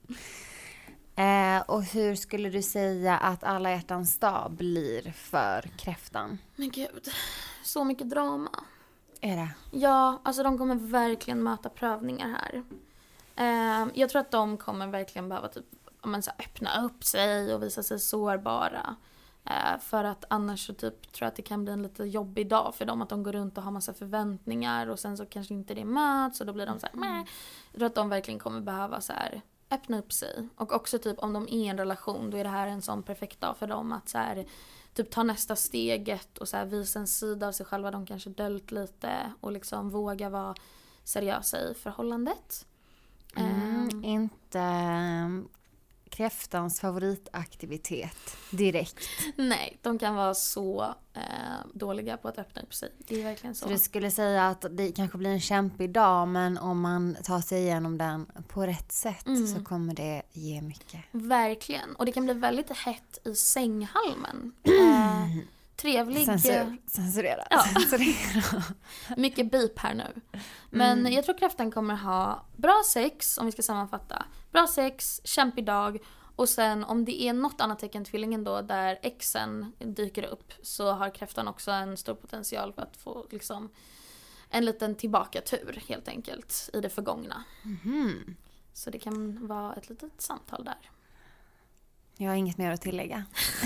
Och hur skulle du säga att alla hjärtans dag blir för kräftan? Men gud, så mycket drama. Är det? Ja, alltså de kommer verkligen möta prövningar här. Jag tror att de kommer verkligen behöva typ, öppna upp sig och visa sig sårbara. För att annars så typ tror jag att det kan bli en lite jobbig dag för dem. Att de går runt och har massa förväntningar och sen så kanske inte det möts och då blir de så här, meh. Jag tror att de verkligen kommer behöva så här öppna upp sig. Och också typ om de är i en relation, då är det här en sån perfekt dag för dem att så här, typ ta nästa steget och så här visa en sida av sig själva de kanske döljt lite och liksom våga vara seriösa i förhållandet. Inte kräftans favoritaktivitet direkt. Nej, de kan vara så dåliga på att öppna upp sig. Det är verkligen så. Så du skulle säga att det kanske blir en kämpig dag, men om man tar sig igenom den på rätt sätt så kommer det ge mycket. Verkligen. Och det kan bli väldigt hett i sänghalmen. Trevlig... Censurera. Ja. Mycket bip här nu. Men jag tror kräftan kommer ha bra sex, om vi ska sammanfatta. Bra sex, kämpig dag. Och sen om det är något annat tecken tvillingen då där exen dyker upp så har kräftan också en stor potential för att få liksom en liten tillbakatur helt enkelt i det förgångna. Så det kan vara ett litet samtal där. Jag har inget mer att tillägga.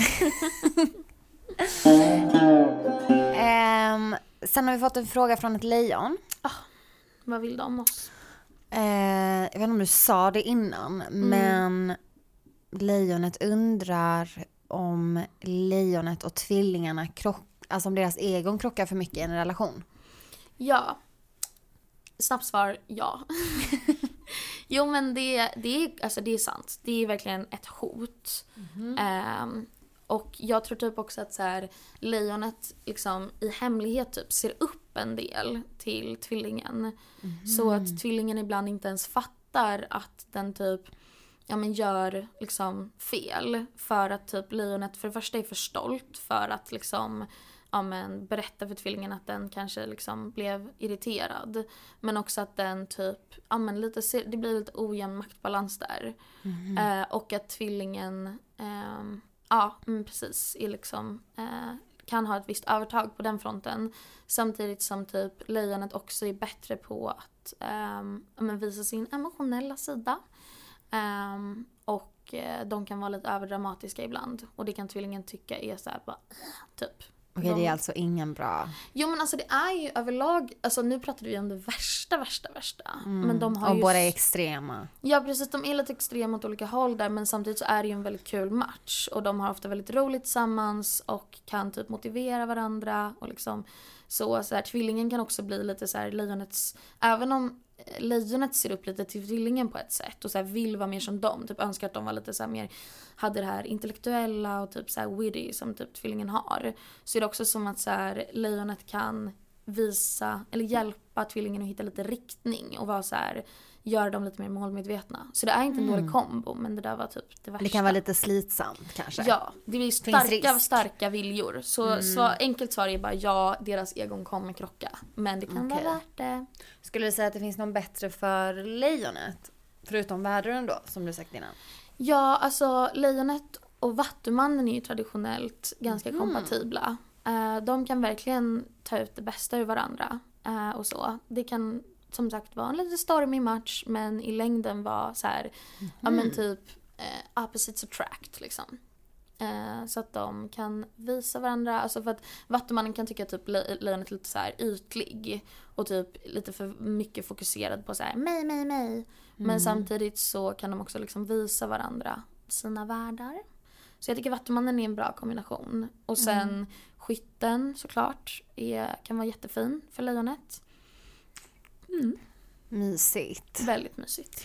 Sen har vi fått en fråga från ett lejon. Vad vill de oss? Jag vet inte om du sa det innan, men lejonet undrar om lejonet och tvillingarna alltså om deras egon krockar för mycket i en relation. Ja. Snabbt svar, ja. Jo, men det är sant. Det är verkligen ett hot. Och jag tror typ också att så här, lejonet liksom i hemlighet typ ser upp en del till tvillingen. Så att tvillingen ibland inte ens fattar att den typ gör liksom fel. För att typ lejonet för det första är för stolt för att liksom berätta för tvillingen att den kanske liksom blev irriterad. Men också att den typ, det blir lite ojämn maktbalans där. Och att tvillingen, precis, är liksom, kan ha ett visst övertag på den fronten. Samtidigt som typ lejonet också är bättre på att visa sin emotionella sida. Och de kan vara lite överdramatiska ibland. Och det kan tvillingen tycka är så här bara, typ. Okej, det är alltså ingen bra... Jo, men alltså det är ju överlag... Alltså nu pratar vi om det värsta. Men de har och ju... båda är extrema. Ja, precis. De är lite extrema åt olika håll där. Men samtidigt så är det ju en väldigt kul match. Och de har ofta väldigt roligt tillsammans. Och kan typ motivera varandra. Och liksom... Så här, tvillingen kan också bli lite så här lejonets... Även om lejonet ser upp lite till tvillingen på ett sätt. Och så här vill vara mer som dem. Typ önskar att de var lite så här mer... Hade det här intellektuella och typ så här witty som typ tvillingen har. Så är det också som att så här, lejonet kan visa eller hjälpa tvillingen att hitta lite riktning. Och vara så här, göra dem lite mer målmedvetna. Så det är inte en dålig kombo, men det där var typ det värsta. Det kan vara lite slitsamt kanske. Ja, det blir starka viljor. Så enkelt svar är bara ja, deras egon kommer krocka. Men det kan vara värt det. Skulle du säga att det finns någon bättre för lejonet? Förutom väduren då, som du sagt innan. Ja, alltså lejonet och Vattumannen är ju traditionellt ganska kompatibla. De kan verkligen ta ut det bästa ur varandra och så. Det kan som sagt vara en lite stormig match, men i längden vara så här, ja men typ opposites attract liksom. Så att de kan visa varandra, alltså för att Vattumannen kan tycka typ lejonet lite så här ytlig och typ lite för mycket fokuserad på så här mig. Men samtidigt så kan de också liksom visa varandra sina världar. Så jag tycker Vattumannen är en bra kombination. Och sen skytten såklart kan vara jättefin för lejonet. Mysigt. Väldigt mysigt.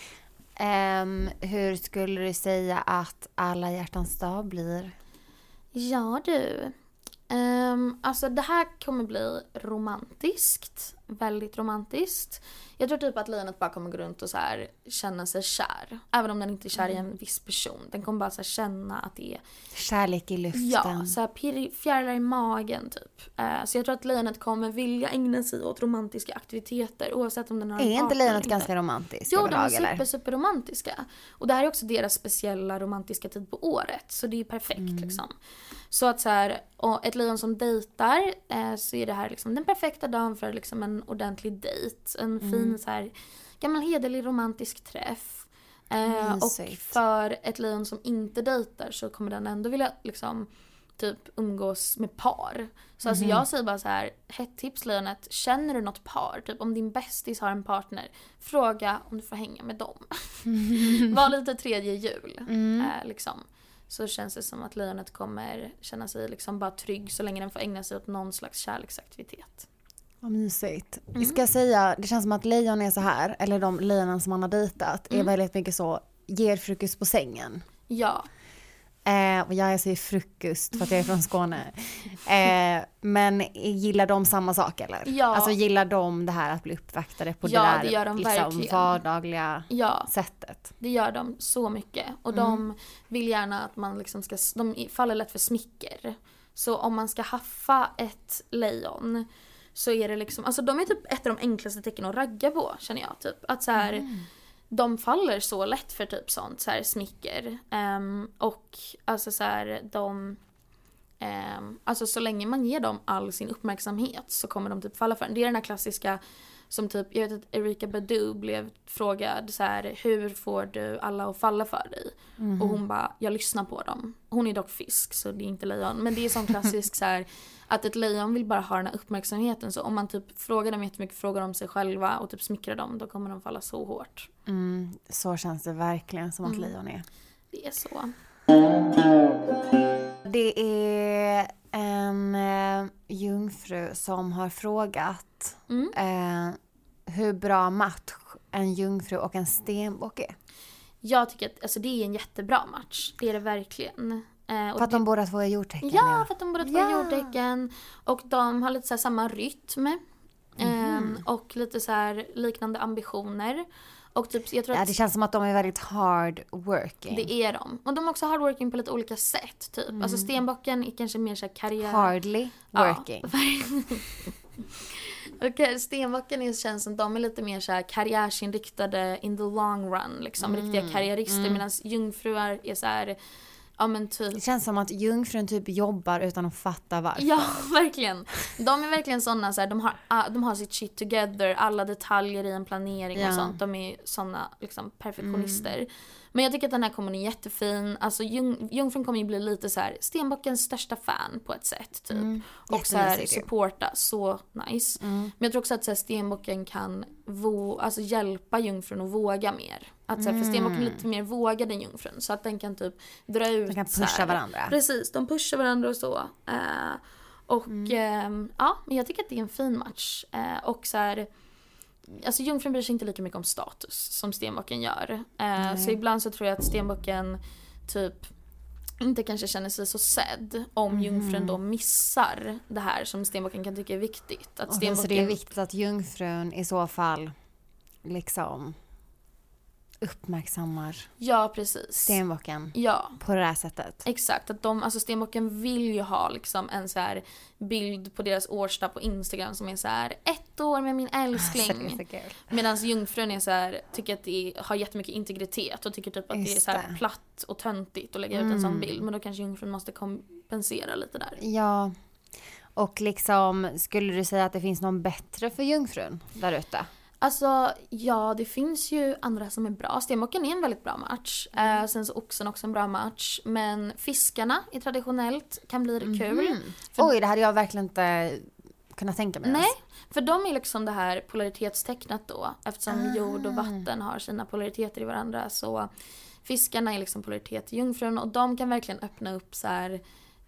Hur skulle du säga att Alla hjärtans dag blir? Ja du. Alltså det här kommer bli romantiskt. Väldigt romantiskt. Jag tror typ att lejonet bara kommer gå runt och så här känna sig kär. Även om den inte är kär i en viss person. Den kommer bara så här känna att det är kärlek i luften. Ja, så här fjärilar i magen typ. Så jag tror att lejonet kommer vilja ägna sig åt romantiska aktiviteter oavsett om den har en Är inte lejonet ganska romantisk? Jo, de är super romantiska. Och det här är också deras speciella romantiska tid på året. Så det är perfekt liksom. Så att så här, och ett lejon som dejtar så är det här liksom den perfekta dagen för liksom en ordentlig dejt. En fin så här gammal hederlig romantisk träff. Och för ett lejon som inte dejtar så kommer den ändå vilja liksom typ umgås med par. Så alltså jag säger bara så här, hett tips lejonet, känner du något par? Typ om din bästis har en partner, fråga om du får hänga med dem. Var lite tredje jul liksom. Så känns det som att lejonet kommer känna sig liksom bara trygg så länge den får ägna sig åt någon slags kärleksaktivitet. Vad mysigt. Vi ska säga, det känns som att lejon är så här, eller de lejonen som man har dejtat är väldigt mycket så, ger frukost på sängen. Ja. Och jag säger frukost för att jag är från Skåne. Men gillar de samma sak eller? Ja. Alltså gillar de det här att bli uppvaktade på det där det gör de liksom, vardagliga sättet? Det gör de så mycket. Och de vill gärna att man liksom ska, de faller lätt för smicker. Så om man ska haffa ett lejon så är det liksom, alltså de är typ ett av de enklaste tecken att ragga på, känner jag typ. Att så här, de faller så lätt för typ sånt, så här smicker. Och alltså så här, alltså så länge man ger dem all sin uppmärksamhet så kommer de typ falla för den. Det är den här klassiska som typ, jag vet att Erykah Badu blev frågad så här, hur får du alla att falla för dig? Och hon bara, jag lyssnar på dem. Hon är dock fisk så det är inte lejon. Men det är sån klassisk så här, att ett lejon vill bara ha den här uppmärksamheten. Så om man typ frågar dem jättemycket, frågar om sig själva och typ smickrar dem, då kommer de falla så hårt. Så känns det verkligen som att lejon är. Det är så. Det är en jungfru som har frågat hur bra match en jungfru och en stenbock är. Jag tycker att alltså, det är en jättebra match. Det är det verkligen. För att de båda två är jordtecken. Ja, för att de båda två är jordtecken. Och de har lite så här samma rytm. Och lite så här liknande ambitioner. Och typ, jag tror att det känns som att de är väldigt hard working. Det är de. Och de är också hard working på lite olika sätt typ. Alltså stenbocken är kanske mer så här karriär. Hardly working. Och stenbocken känns som de är lite mer så här karriärsinriktade in the long run liksom, riktiga karriärister, medan jungfruar är så här, ja men typ. Det känns som att jungfrun typ jobbar utan att fatta varför. Ja, verkligen. De är verkligen såna så här, de har sitt shit together, alla detaljer i en planering och sånt. De är såna liksom perfektionister. Men jag tycker att den här kommer är jättefin. Alltså jungfrun kommer ju bli lite så här stenbockens största fan på ett sätt typ. Och så här supporta, så nice. Men jag tror också att så här, stenbocken kan alltså hjälpa jungfrun att våga mer. Att så här, för stenbocken är lite mer vågad än jungfrun, så att den kan typ dra ut. De kan pusha varandra. Precis, de pushar varandra och så. Ja, men jag tycker att det är en fin match. Och så här, alltså jungfrun bryr sig inte lika mycket om status som stenbocken gör. Så ibland så tror jag att stenbocken typ inte kanske känner sig så sedd om jungfrun då missar det här som stenbocken kan tycka är viktigt. Att så det är viktigt att jungfrun i så fall liksom uppmärksammar stenbocken på det här sättet. Exakt, att alltså stenbocken vill ju ha liksom en så här bild på deras årsdag på Instagram som är så här 1 år med min älskling. Medan jungfrun är så här, tycker att det har jättemycket integritet och tycker typ att det är så här platt och töntigt att lägga ut en sån bild. Men då kanske jungfrun måste kompensera lite där. Ja, och liksom skulle du säga att det finns någon bättre för jungfrun där ute? Alltså, ja, det finns ju andra som är bra. Stenbocken är en väldigt bra match. Sen så oxen också en bra match. Men fiskarna är traditionellt kan bli kul. Oj, det hade jag verkligen inte kunnat tänka mig. Nej, för de är liksom det här polaritetstecknat då. Eftersom jord och vatten har sina polariteter i varandra. Så fiskarna är liksom polaritet i jungfrun. Och de kan verkligen öppna upp så här,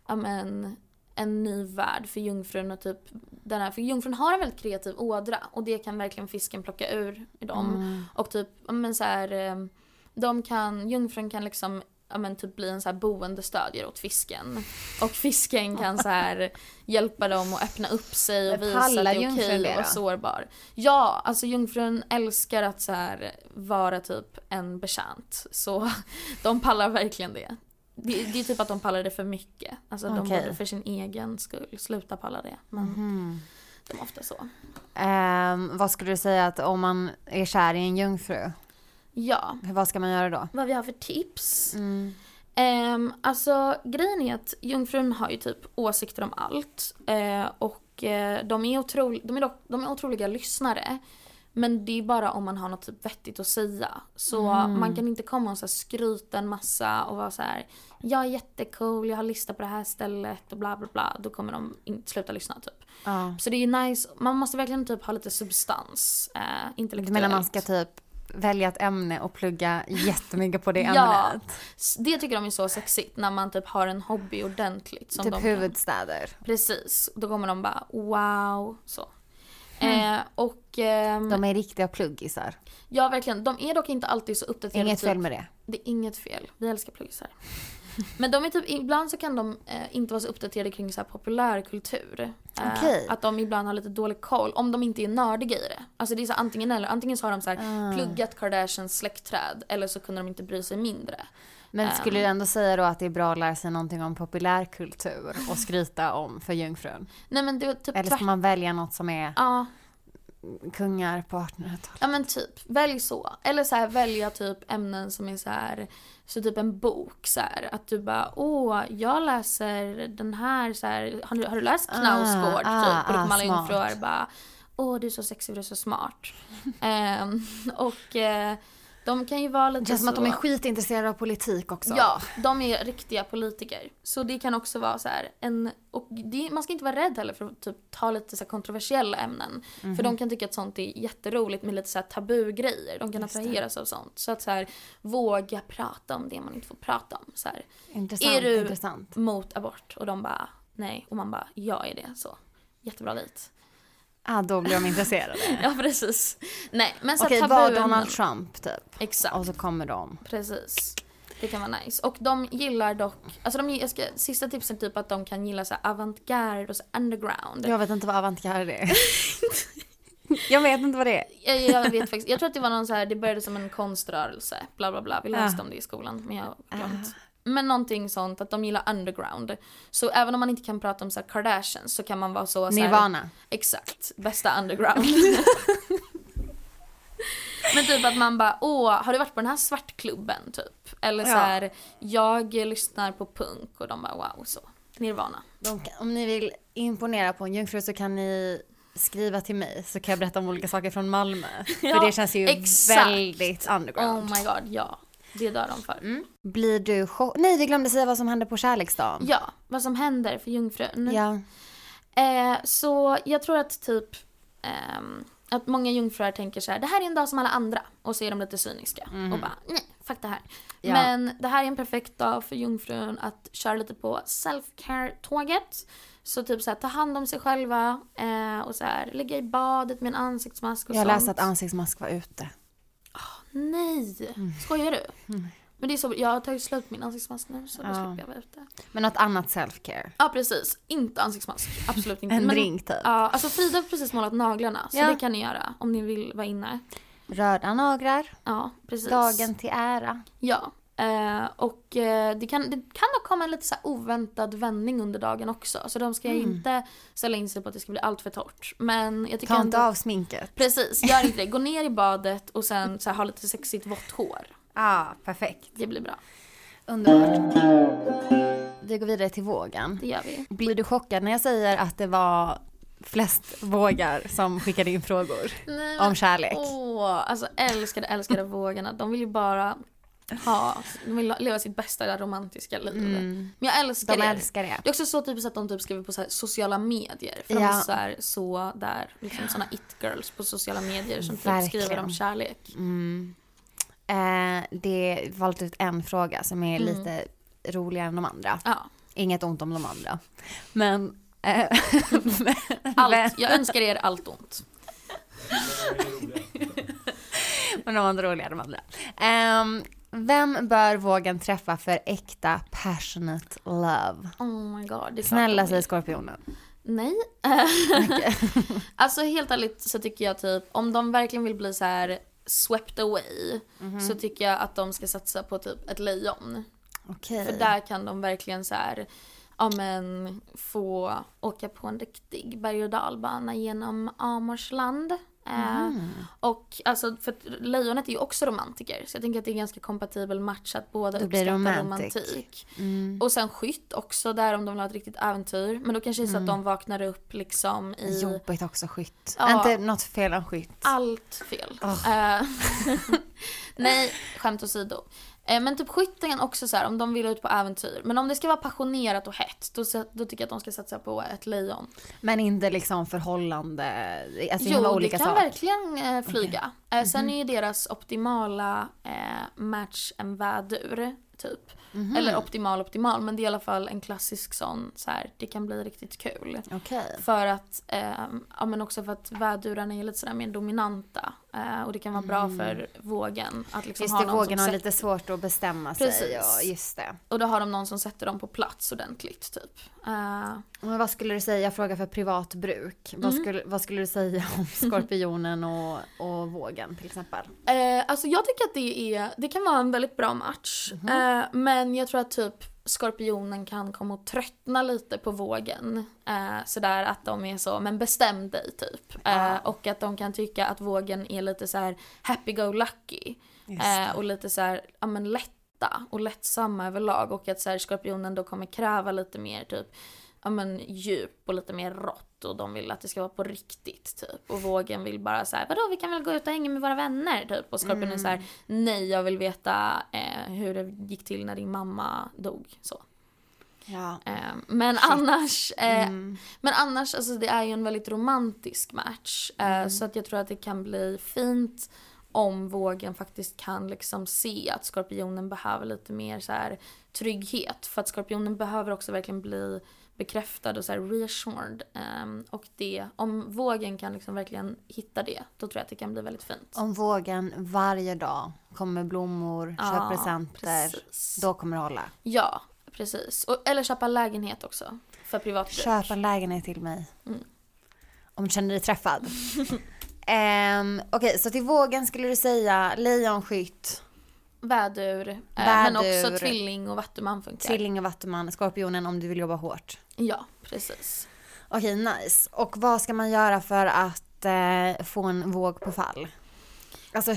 en ny värld för jungfrun och typ den här, för jungfrun har en väldigt kreativ ådra och det kan verkligen fisken plocka ur i dem och typ så här, jungfrun kan liksom typ bli en så här boendestödjare åt fisken och fisken kan så här hjälpa dem att öppna upp sig och visa att det är okej och sårbar. Ja, alltså jungfrun älskar att så här vara typ en betjänt, så de pallar verkligen det. Det är typ att de pallar det för mycket. Alltså de borde för sin egen skull sluta palla det. Men de är ofta så. Vad skulle du säga att om man är kär i en jungfru? Ja. Vad ska man göra då? Vad vi har för tips? Alltså grejen är att jungfrun har ju typ åsikter om allt. Och de är otroliga lyssnare. Men det är bara om man har något typ vettigt att säga. Så man kan inte komma och så här skryta en massa och vara så här: jag är jättecool, jag har listat på det här stället och bla bla bla. Då kommer de inte sluta lyssna typ. Så det är ju nice. Man måste verkligen typ ha lite substans intellektuellt. Du menar man ska typ välja ett ämne och plugga jättemycket på det ämnet? Ja, det tycker de är så sexigt när man typ har en hobby ordentligt. Som typ huvudstäder. Precis, då kommer de bara wow, så. De är riktiga pluggisar. Ja, verkligen. De är dock inte alltid så uppdaterade. Inget fel med det. Det är inget fel. Vi älskar pluggisar. Men de är typ, ibland så kan de inte vara så uppdaterade kring så här populärkultur. Att de ibland har lite dålig koll. Om de inte är nördiga i det. Alltså det är så antingen eller. Antingen så har de så här pluggat Kardashians släktträd. Eller så kunde de inte bry sig mindre. Men skulle du ändå säga då att det är bra att lära sig någonting om populärkultur och skryta om för jungfrun? Nej, men det är typ eller ska man välja något som är kungar på 1800-talet? Ja, men typ, välj så. Eller så här, välja typ ämnen som är så här, så typ en bok så här, att du bara, jag läser den här så här, har du läst Knausgård typ? Och då kommer alla jungfrur bara, du är så sexig, du är så smart. De kan ju vara lite så. Det känns som att de är skitintresserade av politik också. Ja, de är riktiga politiker. Så det kan också vara så här man ska inte vara rädd heller för att typ ta lite så här kontroversiella ämnen. För de kan tycka att sånt är jätteroligt med lite så här tabugrejer. De kan attraheras av sånt. Så att så här, våga prata om det man inte får prata om. Så här, intressant, är du intressant. Mot abort? Och de bara, nej. Och man bara, jag är det. Så, jättebra dit. Då blir de intresserade. Ja, precis. Nej, men så okej, var Donald Trump typ. Exakt. Och så kommer de. Precis. Det kan vara nice. Och de gillar dock, alltså sista tipsen typ att de kan gilla så avantgarde och så underground. Jag vet inte vad avantgarde är. Jag vet inte vad det är. Jag vet faktiskt. Jag tror att det var någon så här, det började som en konströrelse, bla bla bla. Vi läste om det i skolan, men jag har glömt. Men någonting sånt, att de gillar underground. Så även om man inte kan prata om så här Kardashians så kan man vara så Nirvana. Här, exakt, bästa underground. Men typ att man bara, har du varit på den här svartklubben typ? Eller så här, jag lyssnar på punk och de bara, wow, så. Nirvana. Om ni vill imponera på en jungfru så kan ni skriva till mig så kan jag berätta om olika saker från Malmö. För det känns ju väldigt underground. Oh my god, ja. Det dör de för. Blir du Nej, vi glömde säga vad som händer på kärleksdagen. Ja, vad som händer för jungfrun. Ja. Så jag tror att typ att många jungfrur tänker så här: det här är en dag som alla andra. Och så är de lite cyniska. Och bara, nej, fuck det här. Ja. Men det här är en perfekt dag för jungfrun att köra lite på self-care-tåget. Så typ så här, ta hand om sig själva. Och så här, ligga i badet med en ansiktsmask och jag sånt. Jag läste att ansiktsmask var ute. Nej, skojar du? Men det är så, jag har tagit slut min ansiktsmask nu så då slipper jag vara ute. Men något annat self-care? Ja, precis. Inte ansiktsmask. Absolut inte. En drink typ. Ja, alltså Frida har precis målat naglarna. Så det kan ni göra om ni vill vara inne. Röda naglar. Ja, precis. Dagen till ära. Ja. Och det kan nog komma en lite så här oväntad vändning under dagen också. Så de ska inte ställa in sig på att det ska bli allt för torrt. Men jag tycker ta inte av sminket. Precis, gör inte det. Gå ner i badet och sen så här, ha lite sexigt vått hår. Ja, perfekt. Det blir bra. Underbart. Vi går vidare till vågen. Det gör vi. Blir du chockad när jag säger att det var flest vågar som skickade in frågor om kärlek? Alltså älskade vågarna. De vill ju bara de vill leva sitt bästa romantiska liv. Men jag älskar det. Älskar det. Det är också så typiskt att de typ skriver på så här sociala medier. För de är så där, liksom såna it-girls på sociala medier som typ skriver om kärlek. Det valt ut en fråga som är lite roligare än de andra. Ja. Inget ont om de andra. Men jag önskar er allt ont. Men de andra roligare de andra. Vem bör vågen träffa för äkta passionate love? Oh my god. Snälla säg skorpionen. Nej. Alltså helt ärligt så tycker jag typ om de verkligen vill bli så här swept away så tycker jag att de ska satsa på typ ett lejon. Okay. För där kan de verkligen så här få åka på en riktig berg- och dalbana genom Amorsland. Och alltså för lejonet är ju också romantiker, så jag tänker att det är en ganska kompatibel match att båda uppskattar romantik. Och sen skytt också där om de vill ha ett riktigt äventyr, men då kanske det är så att de vaknar upp liksom i jobbigt också skytt. Inte något fel om skytt. Allt fel. Nej, skämt åsido. Men typ skytten också så här, om de vill ut på äventyr. Men om det ska vara passionerat och hett, då tycker jag att de ska satsa på ett lejon. Men inte liksom förhållande. Alltså jo, det kan verkligen flyga. Sen är ju deras optimala match en vädur typ. Eller optimal, men det är i alla fall en klassisk sån så här, det kan bli riktigt kul. För att men också för att vädurarna är lite sådär mer dominanta och det kan vara bra för vågen att liksom just ha det, någon vågen som har lite svårt att bestämma sig och just det. Och då har de någon som sätter dem på plats ordentligt typ. Men vad skulle du säga, jag frågar för privat bruk. Vad skulle du säga om skorpionen och vågen till exempel? Alltså jag tycker att det kan vara en väldigt bra match. Men jag tror att typ skorpionen kan komma att tröttna lite på vågen. Sådär att de är så, men bestäm dig typ. Och att de kan tycka att vågen är lite så här happy-go-lucky. Och lite så här, ja men lätta och lättsamma överlag. Och att så här, skorpionen då kommer kräva lite mer typ, ja men djup och lite mer rått. Och de vill att det ska vara på riktigt typ. Och vågen vill bara så här, vadå, vi kan väl gå ut och hänga med våra vänner typ. Och skorpionen är så här, nej jag vill veta hur det gick till när din mamma dog så. Ja. Men annars alltså det är ju en väldigt romantisk match. Så att jag tror att det kan bli fint om vågen faktiskt kan liksom se att skorpionen behöver lite mer så här trygghet. För att skorpionen behöver också verkligen bli bekräftad och så här reassured. Och det, om vågen kan liksom verkligen hitta det, då tror jag att det kan bli väldigt fint. Om vågen varje dag kommer blommor, köper presenter, precis. Då kommer det hålla. Ja, precis. Eller köpa lägenhet också för privat bruk. Köpa en lägenhet till mig. Om du känner dig träffad. Okej, så till vågen skulle du säga lejonskytt, vädur, men också tvilling och vattuman funkar. Tvilling och vattuman, skorpionen om du vill jobba hårt. Ja, precis. Okej, nice. Och vad ska man göra för att få en våg på fall? Alltså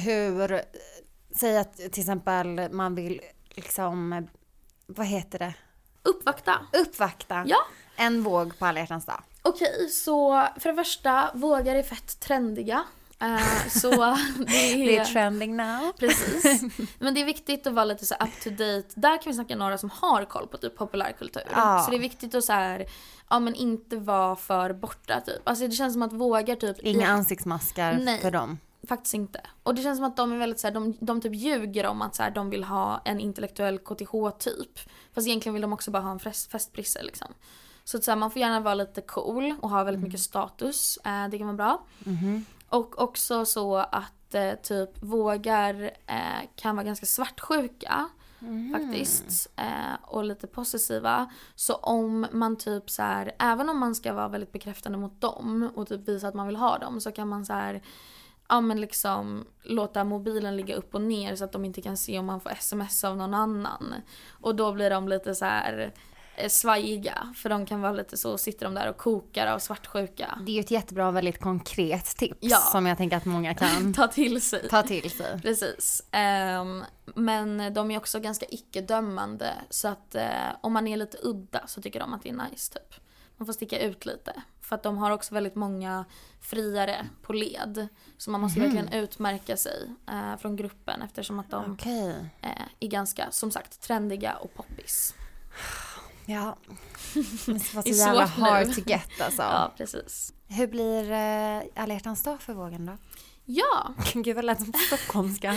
säg att till exempel man vill liksom, vad heter det? Uppvakta. Ja. En våg på alla hjärtans dag. Okej, så för det första, vågar är fett trendiga. Så det är trending now. Precis. Men det är viktigt att vara lite så up to date. Där kan vi snacka några som har koll på typ populärkultur. Så det är viktigt att så här, ja men inte vara för borta typ. Alltså det känns som att vågar typ inga ansiktsmaskar för dem. Faktiskt inte. Och det känns som att de är väldigt så här, de typ ljuger om att så här, de vill ha en intellektuell KTH-typ. Fast egentligen vill de också bara ha en festprisse liksom. Så att så här, man får gärna vara lite cool och ha väldigt mycket status. Det kan vara bra. Och också så att typ vågar kan vara ganska svartsjuka faktiskt. Och lite possessiva. Så om man typ så här, även om man ska vara väldigt bekräftande mot dem och typ visa att man vill ha dem, så kan man så här, ja men liksom låta mobilen ligga upp och ner så att de inte kan se om man får sms av någon annan. Och då blir de lite så här svajiga, för de kan vara lite så, sitter de där och kokar av svartsjuka. Det är ju ett jättebra och väldigt konkret tips som jag tänker att många kan ta till sig. Precis. Men de är också ganska icke-dömande, så att om man är lite udda så tycker de att det är nice typ. Man får sticka ut lite. För att de har också väldigt många friare på led. Så man måste verkligen utmärka sig från gruppen, eftersom att de är ganska, som sagt, trendiga och poppis. Ja, det var så jävla hard to get alltså. Ja, precis. Hur blir alla hjärtans dag för vågen då? Ja. Gud vad lät som stockholmska.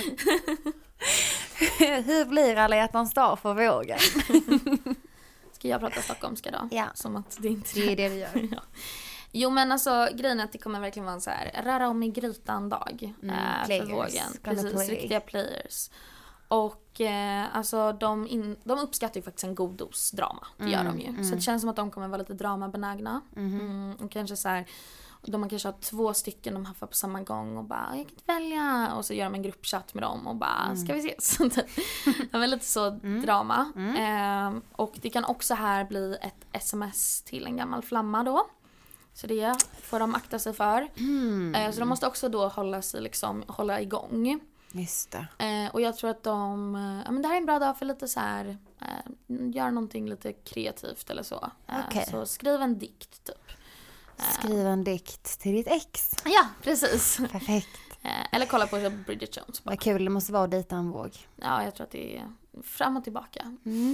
Hur blir alla hjärtans dag för vågen? Ska jag prata stockholmska då? Ja. Som att det inte det är det vi gör. Ja. Jo men alltså grejen är att det kommer verkligen vara en så här röra om i grytan dag för vågen. Precis, riktiga players. Och alltså de uppskattar ju faktiskt en god dos drama. Det gör de ju. Så det känns som att de kommer vara lite dramabenägna. Och kanske så här, de kanske har 2 stycken de haffar på samma gång och bara, jag kan inte välja. Och så gör de en gruppchatt med dem och bara, ska vi ses? Det är lite så drama. Och det kan också här bli ett sms till en gammal flamma då. Så det får de akta sig för. Så de måste också då hålla igång. Just det. Och jag tror att men det här är en bra dag för lite så här, gör någonting lite kreativt eller så. Så skriv en dikt typ. Skriv en dikt till ditt ex. Ja, precis. Perfekt. Eller kolla på Bridget Jones. Vad kul, det måste vara att dejta en våg. Ja, jag tror att det är fram och tillbaka.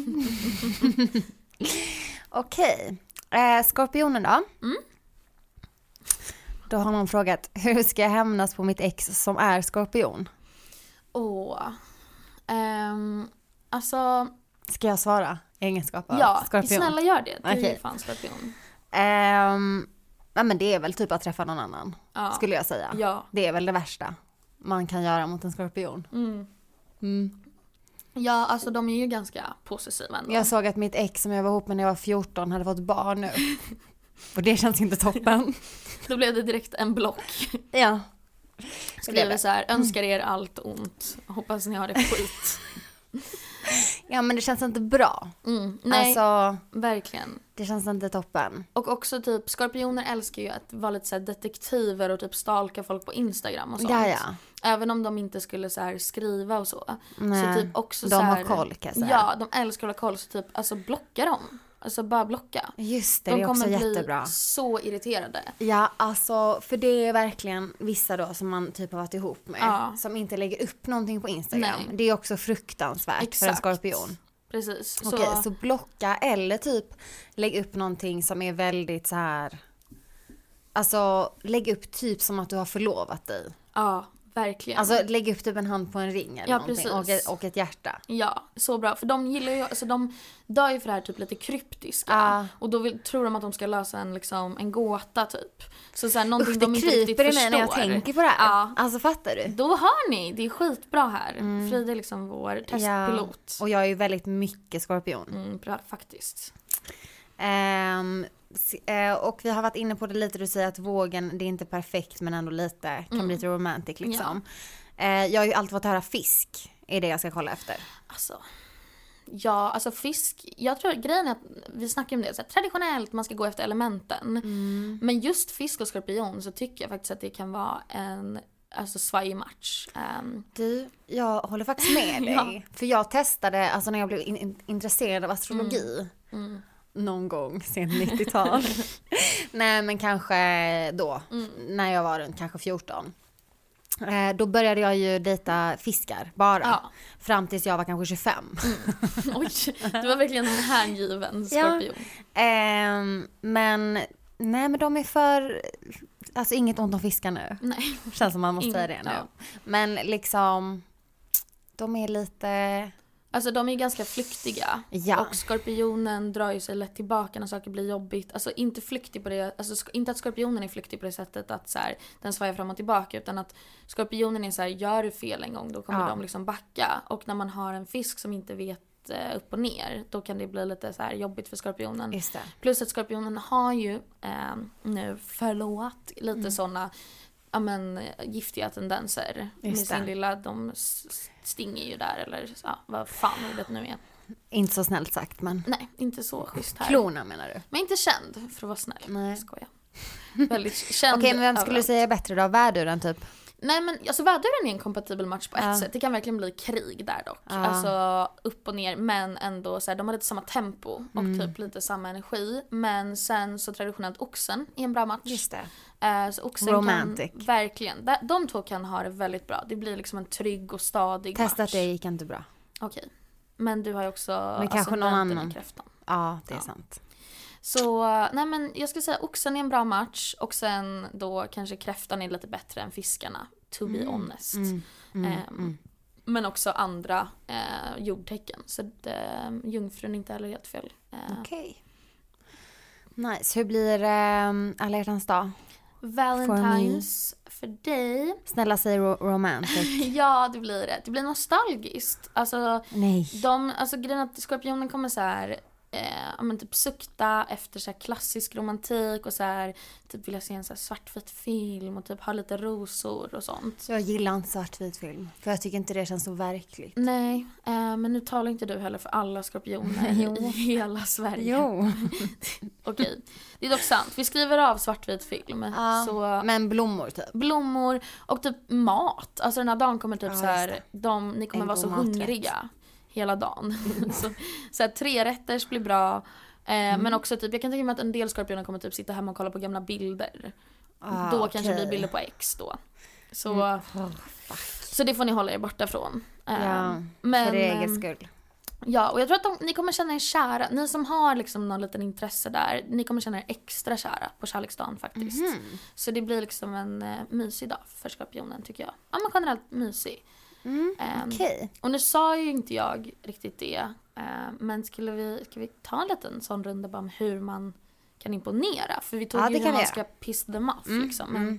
Okej. Skorpionen då? Då har någon frågat, hur ska jag hämnas på mitt ex som är skorpion? Alltså... Ska jag svara? Egenskap av skorpion? Ja, snälla gör det. Det är fan skorpion. Ja, men det är väl typ att träffa någon annan, skulle jag säga. Ja. Det är väl det värsta man kan göra mot en skorpion. Ja, alltså de är ju ganska possessiva ändå. Jag såg att mitt ex som jag var ihop med när jag var 14 hade fått barn nu. Och det känns inte toppen. Då blev det direkt en block. Ja. Skriver så här, önskar er allt ont. Hoppas ni har det skit. Ja, men det känns inte bra. Nej, alltså, verkligen. Det känns inte toppen. Och också typ, skorpioner älskar ju att vara lite så här detektiver och typ stalka folk på Instagram och sånt. Ja. Även om de inte skulle så här skriva och så. Nej, så typ också de så här, har koll, kan jag säga. Ja, de älskar att hålla koll, så typ, alltså blocka dem. Alltså bara blocka. Just det, det är också jättebra. De kommer bli så irriterade. Ja, alltså för det är verkligen vissa då som man typ har varit ihop med. Som inte lägger upp någonting på Instagram. Nej. Det är också fruktansvärt för en skorpion. Precis. Okej, så blocka eller typ lägg upp någonting som är väldigt så här. Alltså lägg upp typ som att du har förlovat dig. Ja, verkligen. Alltså lägg upp typ en hand på en ring eller någonting och ett hjärta. Ja, så bra. För de gillar ju, alltså de dör ju för det här typ lite kryptiska. Och då tror de att de ska lösa en gåta typ. Så här, någonting de inte riktigt förstår. Det kryper i mig när jag tänker på det här. Ja. Alltså fattar du? Då hör ni, det är skitbra här. Frida är liksom vår testpilot. Och jag är ju väldigt mycket skorpion. Bra, faktiskt. Och vi har varit inne på det lite, du säger att vågen, det är inte perfekt men ändå lite, kan bli lite romantic liksom. Jag har ju alltid fått höra fisk, är det jag ska kolla efter. Alltså fisk, jag tror grejen är att vi snackar om det så här, traditionellt man ska gå efter elementen. Men just fisk och skorpion så tycker jag faktiskt att det kan vara en svajig match. Du, jag håller faktiskt med dig. För jag testade, alltså när jag blev intresserad av astrologi någon gång sen 90-tal. Nej, men kanske då, när jag var runt kanske 14. Då började jag ju dejta fiskar bara. Fram tills jag var kanske 25. Oj, du var verkligen en hängiven skorpion. Men de är för... Alltså inget ont om fiskar nu. Nej. Känns som man måste säga det nu. Men liksom... De är lite... Alltså de är ganska flyktiga. Och skorpionen drar ju sig lätt tillbaka när saker blir jobbigt. Alltså inte flyktig på det, alltså inte att skorpionen är flyktig på det sättet att så här, den svajar fram och tillbaka, utan att skorpionen är så här, gör du fel en gång då kommer de liksom backa. Och när man har en fisk som inte vet upp och ner, då kan det bli lite så här jobbigt för skorpionen. Just det. Plus att skorpionen har ju nu lite såna giftiga tendenser. Med sin lilla, de stinger ju där, eller vad fan ordet nu är. Inte så snällt sagt, men... Nej, inte så schysst här. Klona menar du? Men inte känd för att vara snäll. Nej. Skoja. Väldigt känd. Okej, men vem skulle du säga är bättre då? Värduren typ? Nej, men alltså Värduren är en kompatibel match på ett sätt. Det kan verkligen bli krig där dock. Alltså upp och ner, men ändå så här, de har lite samma tempo och typ lite samma energi. Men sen så traditionellt Oxen är en bra match. Just det. Så Oxen Romantic. kan verkligen, de två kan ha det väldigt bra. Det blir liksom en trygg och stadig match. Testat det gick inte bra. Okej. Men du har ju också men kanske någon annan kräftan. Ja, det är sant. Så, nej men jag skulle säga Oxen är en bra match och sen då kanske kräftan är lite bättre än fiskarna, to be honest. Men också andra jordtecken, så jungfrun är inte heller helt fel. Okej. Nice. Hur blir alla hjärtans dag? Valentine's för dig. Snälla säg romantic. Ja, det blir det. Det blir nostalgiskt. Alltså, nej. Grejen att Skorpionen kommer så här typ sukta efter så här klassisk romantik och så här typ vilja se en så här svartvit film och typ ha lite rosor och sånt. Jag gillar inte svartvit film för jag tycker inte det känns så verkligt. Nej, men nu talar inte du heller för alla skorpioner i hela Sverige. Jo. Okej, det är dock sant. Vi skriver av svartvit film. Ja, så men blommor typ. Blommor och typ mat. Alltså den här dagen kommer typ så här, ni kommer vara så hungriga hela dagen. så här, 3-rätters blir bra. Men också typ, jag kan tänka mig att en del skorpioner kommer typ sitta hemma och kolla på gamla bilder. Då kanske det blir bilder på X då. Så, så det får ni hålla er borta från. Men, för egen skull. Ja, och jag tror att ni kommer känna er kära. Ni som har liksom någon liten intresse där, ni kommer känna er extra kära på kärleksdagen faktiskt. Så det blir liksom en mysig dag för skorpionen tycker jag. Ja, men generellt mysig. Okej. Och nu sa ju inte jag riktigt det. Men ska vi ta en liten sån runda bara om hur man kan imponera? För vi tog ju hur man ska piss them off liksom.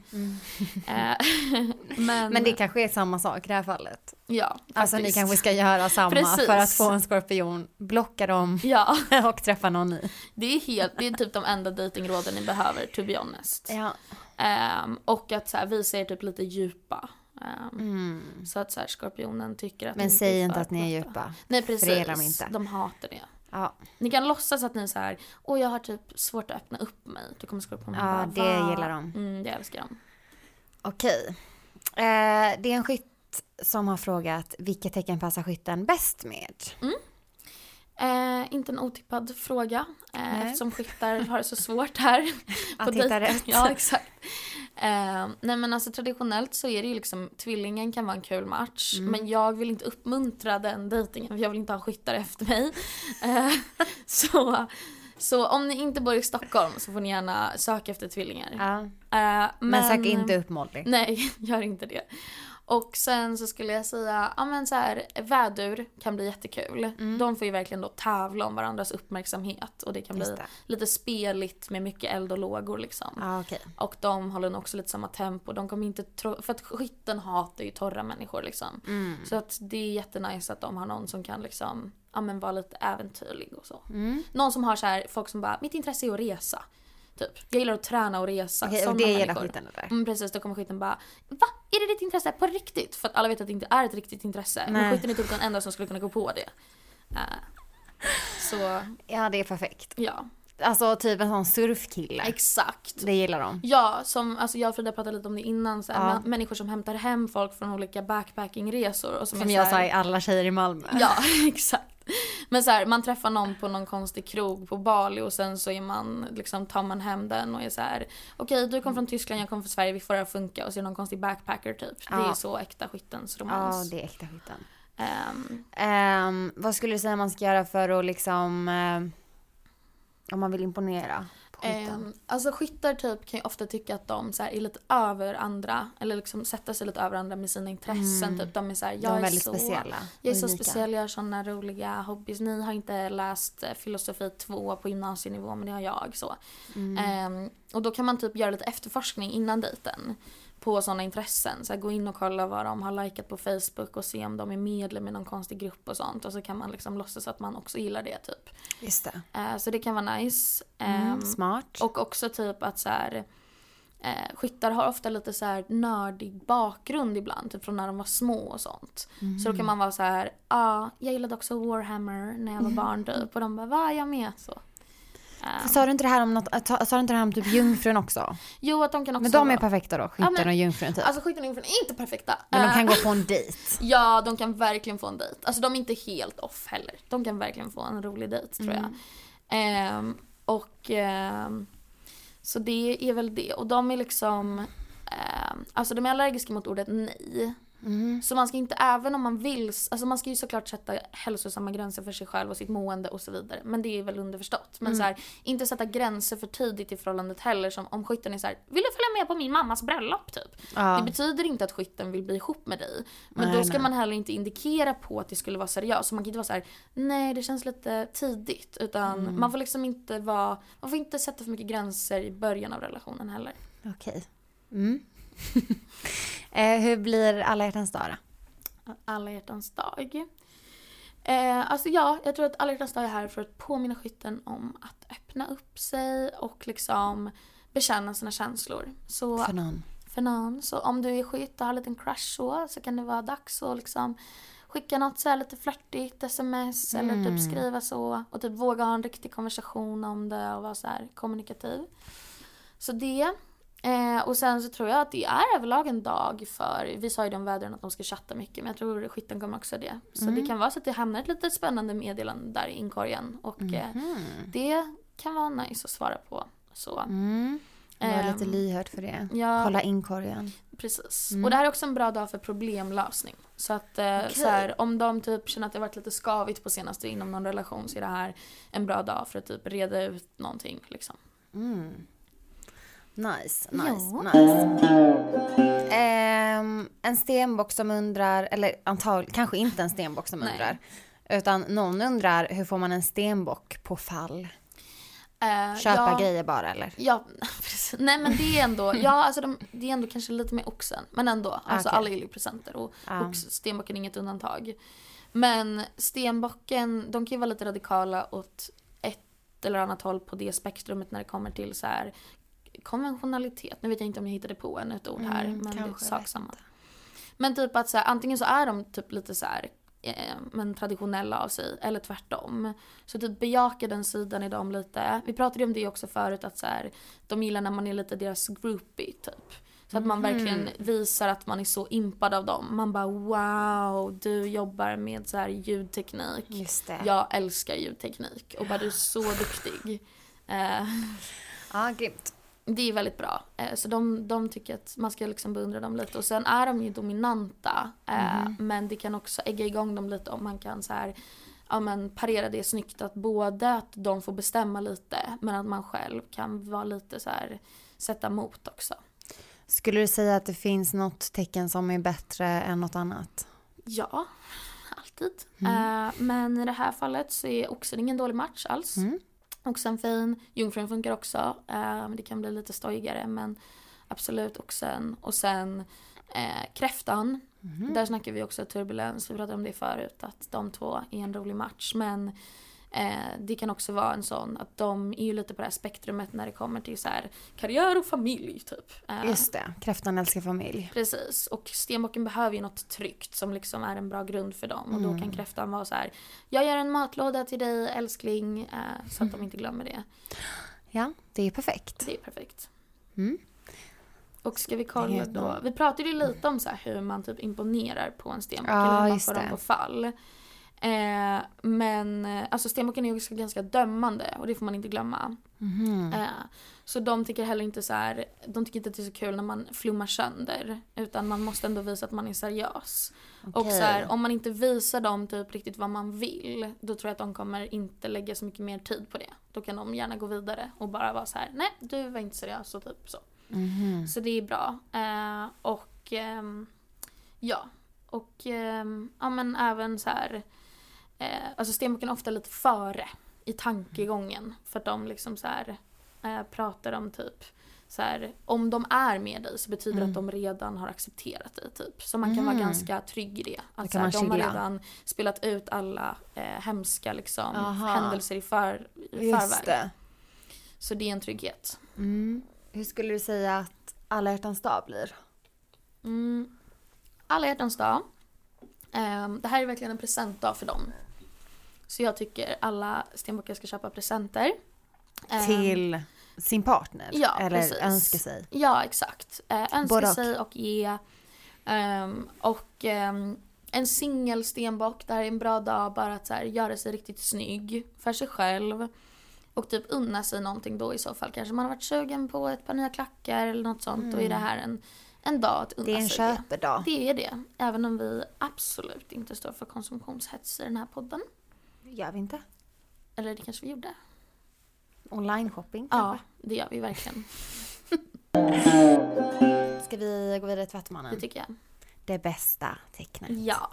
Men det kanske är samma sak i det här fallet. Ja, faktiskt. Alltså ni kanske ska göra samma för att få en skorpion, blocka dem och träffa någon ny. Det är typ de enda datingråden ni behöver, to be honest. Ja. Och att så här, visa er typ lite djupa. Så att så här, skorpionen tycker att men säg inte att ni är djupa. Nej, precis. För de inte. De hatar det. Ja. Ni kan låtsas att ni är så här, jag har typ svårt att öppna upp mig. Då kommer skorpionen bara, det gillar de. Det älskar de. Okej. Det är en skytt som har frågat vilket tecken passar skytten bäst med? Inte en otippad fråga eftersom skyttar har det så svårt här. Att hitta rätt. Ja, exakt. Nej men alltså traditionellt så är det ju liksom tvillingen kan vara en kul match men jag vill inte uppmuntra den dejtingen för jag vill inte ha skyttar efter mig. Så om ni inte bor i Stockholm så får ni gärna söka efter tvillingar. Men sök inte upp Molly. Nej, gör inte det. Och sen så skulle jag säga, så här, vädur kan bli jättekul. De får ju verkligen då tävla om varandras uppmärksamhet. Och det kan bli lite speligt med mycket eld och lågor liksom. Okay. Och de håller nog också lite samma tempo. De kommer inte för att skytten hatar ju torra människor liksom. Så att det är jättenice att de har någon som kan liksom, vara lite äventyrlig och så. Någon som har så här, folk som bara, mitt intresse är att resa. Typ. Jag gillar att träna och resa. Okej, och det gillar skytten eller? Precis, då kommer skytten bara, va? Är det ditt intresse på riktigt? För att alla vet att det inte är ett riktigt intresse. Nej. Men skytten är typ den enda som skulle kunna gå på det. Så... Ja, det är perfekt. Ja. Alltså typ en sån surfkille. Exakt. Det gillar de. Ja, jag och Frida pratade lite om det innan. Så här, människor som hämtar hem folk från olika backpackingresor. Och som jag sa i alla tjejer i Malmö. Ja, exakt. Men så här, man träffar någon på någon konstig krog på Bali och sen så är man liksom, tar man hem den och är så här: okej, du kom från Tyskland, jag kom från Sverige, vi får det att funka. Och så är det någon konstig backpacker typ. Det är så äkta skyttens romans. Ja, det är äkta skytten. Vad skulle du säga man ska göra för att liksom om man vill imponera på skytten? Alltså skyttar typ kan ju ofta tycka att de så här, är lite över andra eller liksom sätter sig lite över andra med sina intressen typ. De är så här, jag är väldigt speciella. Jag är så speciell, jag har såna roliga hobbies. Ni har inte läst filosofi 2 på gymnasienivå, men det har jag så. Och då kan man typ göra lite efterforskning innan dejten på sådana intressen. Så här, gå in och kolla vad de har likat på Facebook och se om de är medlem i någon konstig grupp och sånt. Och så kan man liksom låtsas att man också gillar det typ. Just det. Så det kan vara nice. Smart. Och också typ att så här, skyttar har ofta lite så här nördig bakgrund ibland, typ från när de var små och sånt. Så då kan man vara så här, jag gillade också Warhammer när jag var barn typ. Och de bara, vad jag med? Så. Sa du inte det här om typ jungfrun också? Jo, att de kan också. Men de är perfekta då, skytten och jungfrun typ. Alltså skytten och jungfrun är inte perfekta. Men de kan gå på en dejt. Ja, de kan verkligen få en dejt. Alltså de är inte helt off heller. De kan verkligen få en rolig dejt tror jag. Så det är väl det. Och de är liksom alltså de är allergiska mot ordet nej. Så man ska inte, även om man vill, alltså man ska ju såklart sätta hälsosamma gränser för sig själv och sitt mående och så vidare, men det är väl underförstått. Men så här, inte sätta gränser för tidigt i förhållandet heller, som om skytten är så här, vill du följa med på min mammas bröllop typ? Det betyder inte att skytten vill bli ihop med dig, men då ska man heller inte indikera på att det skulle vara seriöst. Så man kan inte vara så här, nej det känns lite tidigt, utan man får liksom inte man får inte sätta för mycket gränser i början av relationen heller. Okej. Hur blir alla hjärtans dag då? Alla hjärtans dag. Alltså jag tror att alla hjärtans dag är här för att påminna skytten om att öppna upp sig och liksom bekänna sina känslor. Så, för någon. Så om du är skytt och har en liten crush så kan det vara dags att liksom skicka något så här lite flörtigt sms eller typ skriva så och typ våga ha en riktig konversation om det och vara så här kommunikativ. Så det. Och sen så tror jag att det är överlag en dag för, vi sa ju de vädren att de ska chatta mycket, men jag tror skytten kommer också det. Så det kan vara så att det hamnar ett lite spännande meddelande där i inkorgen och det kan vara nice att svara på. Så. Var lite lyhörd för det. Ja, kolla inkorgen. Precis. Och det här är också en bra dag för problemlösning. Så att så här, om de typ känner att det har varit lite skavigt på senaste inom någon relation, så är det här en bra dag för att typ reda ut någonting liksom. Nice. En stenbock som undrar, eller antagligen kanske inte en stenbock som undrar, utan någon undrar, hur får man en stenbock på fall? Köpa grejer bara eller? Ja, precis. Nej men det är ändå, alltså det är ändå kanske lite mer oxen, men ändå, alltså alla gillar presenter och stenbocken är inget undantag. Men stenbocken, de kan ju vara lite radikala åt ett eller annat håll på det spektrumet när det kommer till så här konventionalitet. Nu vet jag inte om jag hittade på ett ord här, men det är sak samma. Men typ att så här, antingen så är de typ lite så här men traditionella av sig, eller tvärtom. Så typ bejaka den sidan i dem lite. Vi pratade om det också förut, att så här, de gillar när man är lite deras groupie typ. Så att man verkligen visar att man är så impad av dem. Man bara, wow, du jobbar med så här ljudteknik. Just det. Jag älskar ljudteknik. Och bara, du är så duktig. Grymt. Det är väldigt bra. Så de tycker att man ska liksom beundra dem lite. Och sen är de ju dominanta. Men det kan också ägga igång dem lite om man kan så här, parera det snyggt. Att både att de får bestämma lite, men att man själv kan vara lite så här, sätta emot också. Skulle du säga att det finns något tecken som är bättre än något annat? Ja, alltid. Men i det här fallet så är oxen ingen dålig match alls. Oxen fin, jungfrun funkar också. Det kan bli lite stojigare, men absolut oxen. Och sen kräftan. Där snackar vi också turbulens. Vi pratade om det förut, att de två är en rolig match. Men det kan också vara en sån att de är ju lite på det här spektrumet när det kommer till så här karriär och familj typ. Just det, kräftan älskar familj. Precis, och stenbocken behöver ju något tryggt som liksom är en bra grund för dem. Och då kan kräftan vara så här, jag gör en matlåda till dig älskling, så att de inte glömmer det. Ja, det är perfekt. Det är perfekt. Och ska vi kolla då, vi pratade ju lite om så här hur man typ imponerar på en stenbock, eller hur man får dem på fall. Men alltså stenbocken är ju ganska dömande, och det får man inte glömma. Så de tycker heller inte så här, de tycker inte att det är så kul när man flummar sönder, utan man måste ändå visa att man är seriös. Och så här, om man inte visar dem typ riktigt vad man vill, då tror jag att de kommer inte lägga så mycket mer tid på det. Då kan de gärna gå vidare och bara vara så här, nej, du var inte seriös och typ så. Så det är bra. Men även så här, alltså stenbocken är ofta lite före i tankegången, för att de liksom så här pratar om typ så här, om de är med dig så betyder det att de redan har accepterat dig typ. Så man kan vara ganska trygg i det. Att så här, de har redan spelat ut alla hemska liksom händelser i förväg. Så det är en trygghet. Hur skulle du säga att alla hjärtans dag blir? Alla hjärtans dag. Det här är verkligen en presentdag för dem. Så jag tycker alla stenbockar ska köpa presenter. Till sin partner? Ja, eller precis. önska sig? Ja, exakt. Önska sig och ge. En singel stenbock, det här är en bra dag bara att så här, göra sig riktigt snygg för sig själv. Och typ unna sig någonting då i så fall. Kanske man har varit sugen på ett par nya klackar eller något sånt. Då är det här en dag att unna sig. Det är en köpedag. Det är det. Även om vi absolut inte står för konsumtionshets i den här podden. Gör vi inte? Eller det kanske vi gjorde. Online shopping kanske? Ja, det gör vi verkligen. Ska vi gå vidare till Vattumannen? Det tycker jag. Det bästa tecknet. Ja.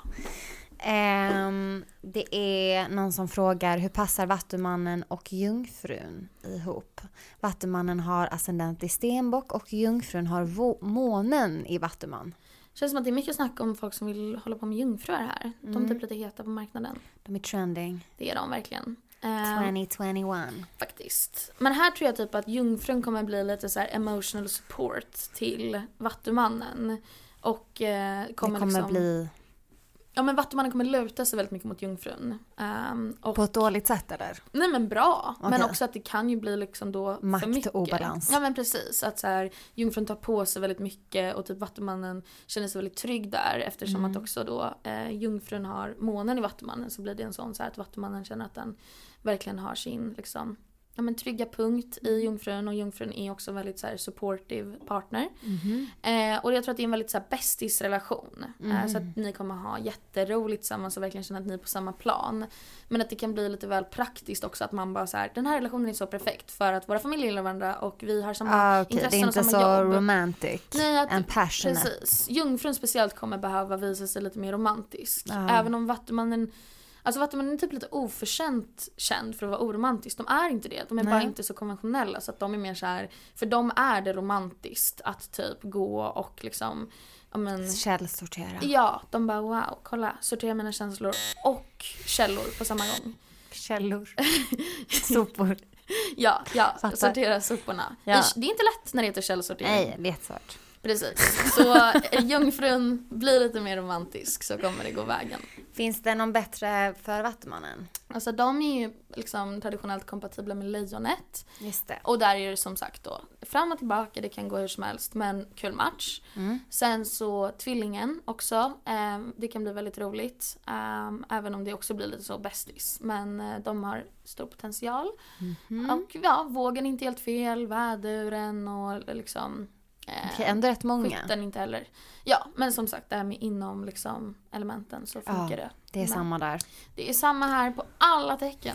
Det är någon som frågar hur passar Vattumannen och Jungfrun ihop? Vattumannen har ascendent i stenbock och Jungfrun har månen i Vattuman. Känns som att det är mycket snack om folk som vill hålla på med jungfrur här. De är typ lite heta på marknaden. De är trending. Det är de verkligen. 2021. Faktiskt. Men här tror jag typ att Jungfrun kommer bli lite så här emotional support till Vattumannen. Och det kommer liksom bli... Ja, men Vattumannen kommer luta sig väldigt mycket mot Jungfrun. Och... På ett dåligt sätt eller? Nej, men bra. Okay. Men också att det kan ju bli liksom då makt för mycket. Obalans. Ja, men precis. Att så här, Jungfrun tar på sig väldigt mycket och typ Vattumannen känner sig väldigt trygg där. Eftersom att också då Jungfrun har månen i Vattumannen, så blir det en sån så här att Vattumannen känner att den verkligen har sin liksom... Ja, men trygga punkt i Jungfrun, och Jungfrun är också en väldigt så här supportive partner. Och jag tror att det är en väldigt så här bästisrelation. Så att ni kommer ha jätteroligt tillsammans och verkligen känna att ni är på samma plan. Men att det kan bli lite väl praktiskt också, att man bara så här, den här relationen är så perfekt för att våra familjer gillar varandra och vi har samma intressen och samma jobb. Det är inte så romantic and passionate. Precis. Jungfrun speciellt kommer behöva visa sig lite mer romantisk. Även om Vattumannen är typ lite oförtjänt känd för att vara oromantisk. De är inte det. De är bara inte så konventionella. Så att de är mer så här... För dem är det romantiskt att typ gå och liksom... källsortera. Ja, de bara wow, kolla. Sortera mina känslor och källor på samma gång. Källor. Sopor. Ja, sortera soporna. Ja. Det är inte lätt när det heter källsortering. Nej, det är jättesvårt. Precis. Så Jungfrun blir lite mer romantisk, så kommer det gå vägen. Finns det någon bättre för Vattumannen? Alltså de är ju liksom traditionellt kompatibla med lejonet. Just det. Och där är det som sagt då fram och tillbaka, det kan gå hur som helst, men kul match. Sen så tvillingen också, det kan bli väldigt roligt. Även om det också blir lite så bästis. Men de har stor potential. Och ja, vågen är inte helt fel, väduren och liksom... Okej, ändå rätt många. Skytten inte heller. Ja, men som sagt, det här med inom liksom elementen så funkar det. Det är samma där. Det är samma här på alla tecken.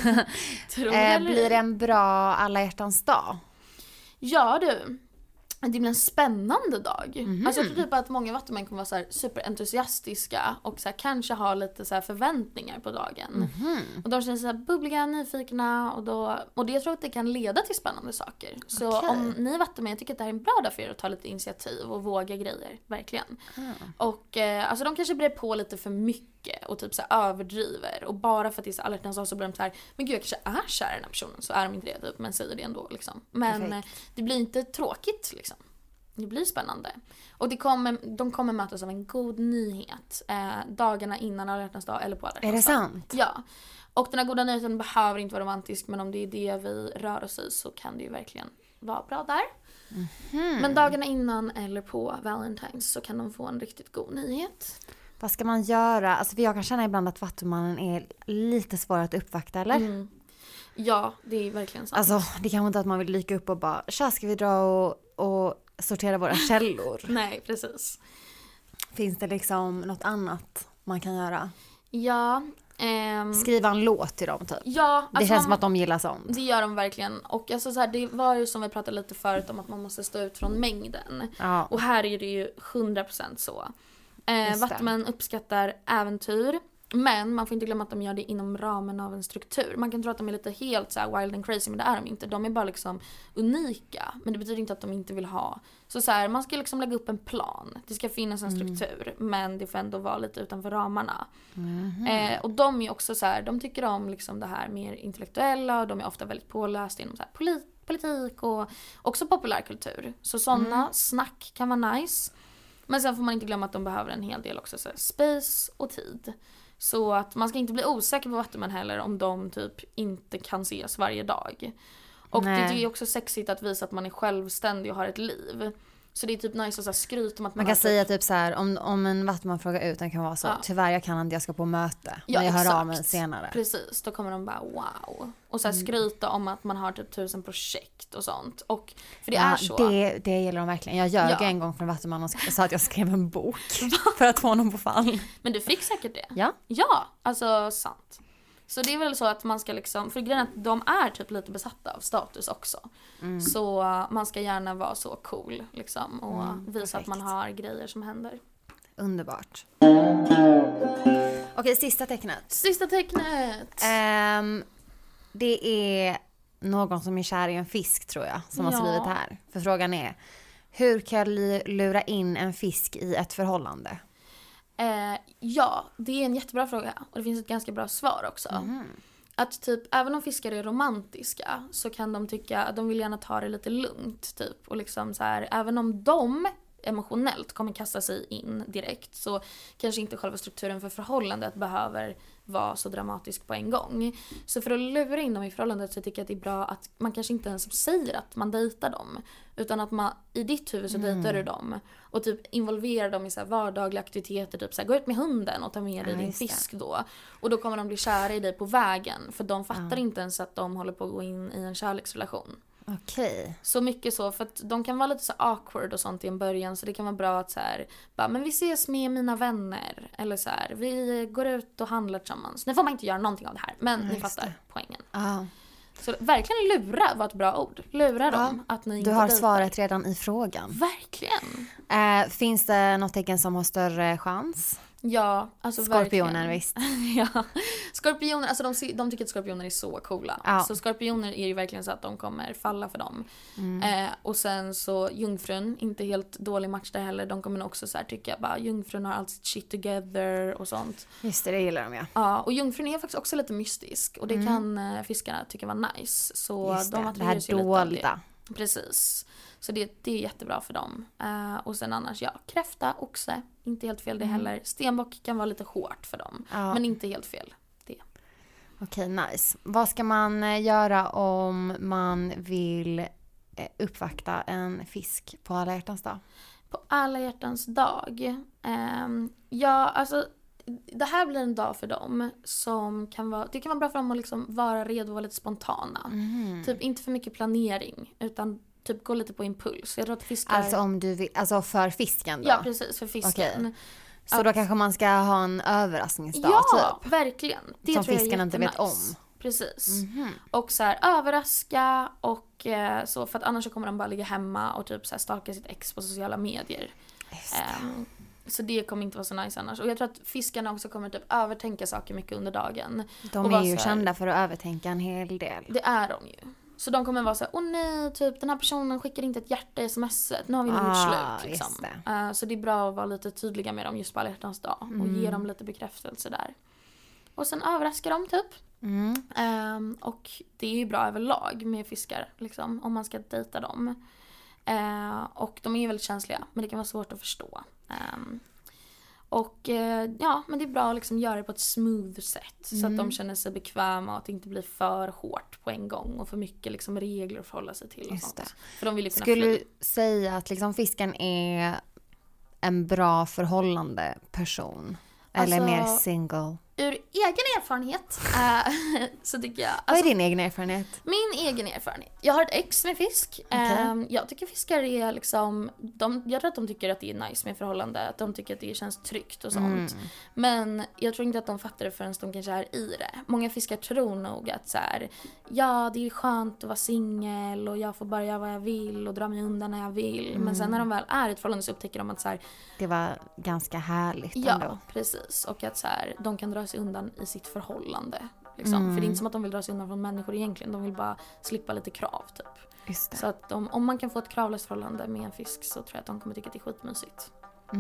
Blir det en bra alla hjärtans dag? Ja du. Det blir en spännande dag. Alltså jag tror typ att många vattumän kommer vara så här superentusiastiska och så här, kanske ha lite så här förväntningar på dagen. Och de känner sig så här bubbliga, nyfikna och det jag tror att det kan leda till spännande saker. Så om ni är vattumän, jag tycker att det här är en bra dag för er att ta lite initiativ och våga grejer, verkligen. Och alltså de kanske brer på lite för mycket och typ så här överdriver, och bara för att det är så alla hjärtans så blir de så här, men gud jag kanske är kär i den här personen, så är de inte det typ, men säger det ändå liksom. Men det blir inte tråkigt liksom. Det blir spännande. Och de kommer mötas av en god nyhet dagarna innan alla hjärtans dag eller på alla hjärtans dag. Är det sant? Ja. Och den här goda nyheten behöver inte vara romantisk, men om det är det vi rör oss i så kan det ju verkligen vara bra där. Men dagarna innan eller på Valentine's så kan de få en riktigt god nyhet. Vad ska man göra? Alltså för jag kan känna ibland att Vattumannen är lite svår att uppvakta, eller? Ja, det är verkligen sant. Alltså det kan inte att man vill dyka upp och bara, tja, ska vi dra och sortera våra källor? Nej, precis. Finns det liksom något annat man kan göra? Ja. Skriva en låt till dem typ. Ja, alltså det känns som att de gillar sånt. Det gör de verkligen. Och alltså så här, det var ju som vi pratade lite förut om att man måste stå ut från mängden. Ja. Och här är det ju 100% så. Vattumannen uppskattar äventyr. Men man får inte glömma att de gör det inom ramen av en struktur. Man kan tro att de är lite helt så här wild and crazy, men det är de inte. De är bara liksom unika. Men det betyder inte att de inte vill ha. Så här, man ska liksom lägga upp en plan. Det ska finnas en struktur. Men det får ändå vara lite utanför ramarna. Och de är också så här, de tycker om liksom det här mer intellektuella. Och de är ofta väldigt pålästa inom så här politik och också populärkultur. Så sådana snack kan vara nice. Men sen får man inte glömma att de behöver en hel del också så här, space och tid. Så att man ska inte bli osäker på vattenmän heller om de typ inte kan ses varje dag. Och det är också sexigt att visa att man är självständig och har ett liv. Så det är typ nice att så här, skryta om att man kan säga typ så här, om en vattenman frågar ut, den kan vara så, tyvärr jag kan inte, jag ska på möte. Men jag hör av mig senare. Precis, då kommer de bara wow. Och så här, skryta om att man har typ 1000 projekt och sånt. Och, för det är så. Det gillar de verkligen. Jag ljög en gång för en vattenman och sa att jag skrev en bok för att få honom på fall. Men du fick säkert det. Ja. Ja, alltså sant. Så det är väl så att man ska liksom, för grejen är att de är typ lite besatta av status också. Så man ska gärna vara så cool liksom och visa att man har grejer som händer. Underbart. Okej, sista tecknet. Sista tecknet! Det är någon som är kär i en fisk tror jag, som har skrivit här. För frågan är, hur kan jag lura in en fisk i ett förhållande? Ja, det är en jättebra fråga. Och det finns ett ganska bra svar också. Att typ, även om fiskar är romantiska så kan de tycka att de vill gärna ta det lite lugnt typ. Och liksom så här, även om de emotionellt kommer kasta sig in direkt så kanske inte själva strukturen för förhållandet behöver vara så dramatisk på en gång. Så för att lura in dem i förhållandet så tycker jag att det är bra att man kanske inte ens säger att man dejtar dem. Utan att man i ditt huvud så dejtar du dem. Och typ involverar dem i så här vardagliga aktiviteter. Typ så här, gå ut med hunden och ta med dig din fisk då. Och då kommer de bli kära i dig på vägen. För de fattar inte ens att de håller på att gå in i en kärleksrelation. Okej. Så mycket så, för att de kan vara lite så awkward och sånt i en början. Så det kan vara bra att så här, bara, men vi ses med mina vänner. Eller så här, vi går ut och handlar tillsammans. Nu får man inte göra någonting av det här, men ni fattar poängen. Så verkligen lura var ett bra ord. Lura dem att ni inte du har dejtar. svaret redan i frågan. Verkligen. Finns det något tecken som har större chans? Ja, alltså skorpioner verkligen. Visst. Ja, skorpioner, alltså de tycker att skorpioner är så coola. Så skorpioner är ju verkligen så att de kommer falla för dem. Och sen så jungfrun, inte helt dålig match där heller. De kommer nog också så här tycka bara jungfrun har allt sitt shit together och sånt. Just det gillar de Ja, och jungfrun är faktiskt också lite mystisk och det kan fiskarna tycka var nice. Så de attraheras ju lite av det. Precis. Så det är jättebra för dem. Och sen annars, kräfta, oxe, inte helt fel det heller. Stenbock kan vara lite hårt för dem, men inte helt fel det. Okej, nice. Vad ska man göra om man vill uppvakta en fisk på alla hjärtans dag? På alla hjärtans dag? Alltså det här blir en dag för dem som kan vara, det kan vara bra för dem att liksom vara redo och vara lite spontana. Typ inte för mycket planering, utan typ gå lite på impuls. Jag tror att fiskar... Alltså om du vill, alltså för fisken då? Ja, precis, för fisken. Okay. Så då kanske man ska ha en överraskningsdag typ? Verkligen. Det som fisken inte vet om. Precis. Och så här överraska och så, för att annars så kommer de bara ligga hemma och typ så här stalka sitt ex på sociala medier. Så det kommer inte vara så nice annars. Och jag tror att fiskarna också kommer typ övertänka saker mycket under dagen. De är ju kända för att övertänka en hel del. Det är de ju. Så de kommer vara så här, åh nej, typ den här personen skickar inte ett hjärta i sms:et. Nu har vi nog gjort slut liksom. Så det är bra att vara lite tydliga med dem just på alla hjärtans dag. Och ge dem lite bekräftelse där. Och sen överraskar de typ. Och det är ju bra överlag med fiskar liksom, om man ska dejta dem. Och de är ju väldigt känsliga, men det kan vara svårt att förstå. Men det är bra att liksom göra det på ett smooth sätt. Så att de känner sig bekväma och att det inte blir för hårt på en gång. Och för mycket liksom regler att förhålla sig till. Och sånt. För de vill ju kunna Skulle du säga att liksom fisken är en bra förhållande person? Eller alltså, mer single? Ur egen erfarenhet så tycker jag... Vad är din egen erfarenhet? Min egen erfarenhet. Jag har ett ex med fisk. Jag tycker fiskar är liksom... jag tror att de tycker att det är nice med förhållande. Att de tycker att det känns tryggt och sånt. Men jag tror inte att de fattar det förrän de kanske är i det. Många fiskar tror nog att så här, ja, det är skönt att vara singel och jag får bara göra vad jag vill och dra mig undan när jag vill. Men sen när de väl är i ett förhållande så upptäcker de att så här, det var ganska härligt ändå. Ja, precis. Och att så här, de kan dra sig undan i sitt förhållande. Liksom. För det är inte som att de vill dra sig undan från människor egentligen. De vill bara slippa lite krav typ. Just det. Så att om man kan få ett kravlöst förhållande med en fisk så tror jag att de kommer tycka att det är skitmysigt.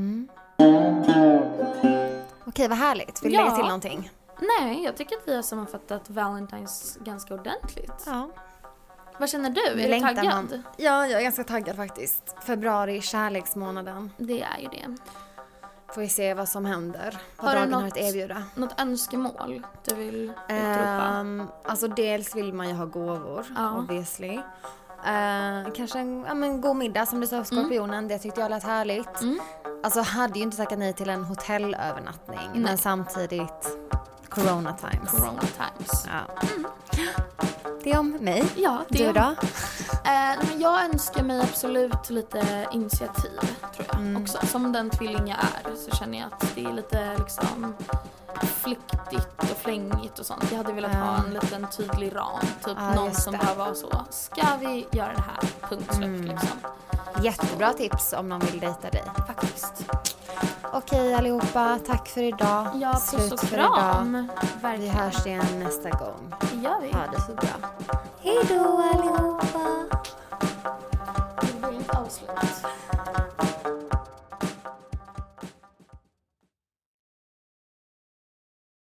Okej, vad härligt. Vill du lägga till någonting? Nej, jag tycker att vi har sammanfattat Valentine's ganska ordentligt. Ja. Vad känner du? Är du taggad? Ja, jag är ganska taggad faktiskt. Februari, kärleksmånaden. Det är ju det. Får vi se vad som händer. Vad dagen har att erbjuda. Något önskemål du vill utropa? Alltså dels vill man ju ha gåvor, obviously. Kanske en god middag som du sa, skorpionen. Det tyckte jag lät härligt. Alltså hade ju inte tackat nej till en hotellövernattning. Nej. Men samtidigt Corona times. Ja. Det är om mig. Ja, det du då? Men jag önskar mig absolut lite initiativ, tror jag. Också. Som den tvilling jag är så känner jag att det är lite liksom flyktigt och flängigt och sånt. Jag hade velat ha en liten tydlig ram. Typ någon som bara var så, ska vi göra det här? Punkt slut liksom. Jättebra tips om någon vill dejta dig. Faktiskt. Okej allihopa, tack för idag. Ja, puss och kram. Vi hörs igen nästa gång. Det gör vi. Ha det så bra. Hej då allihop.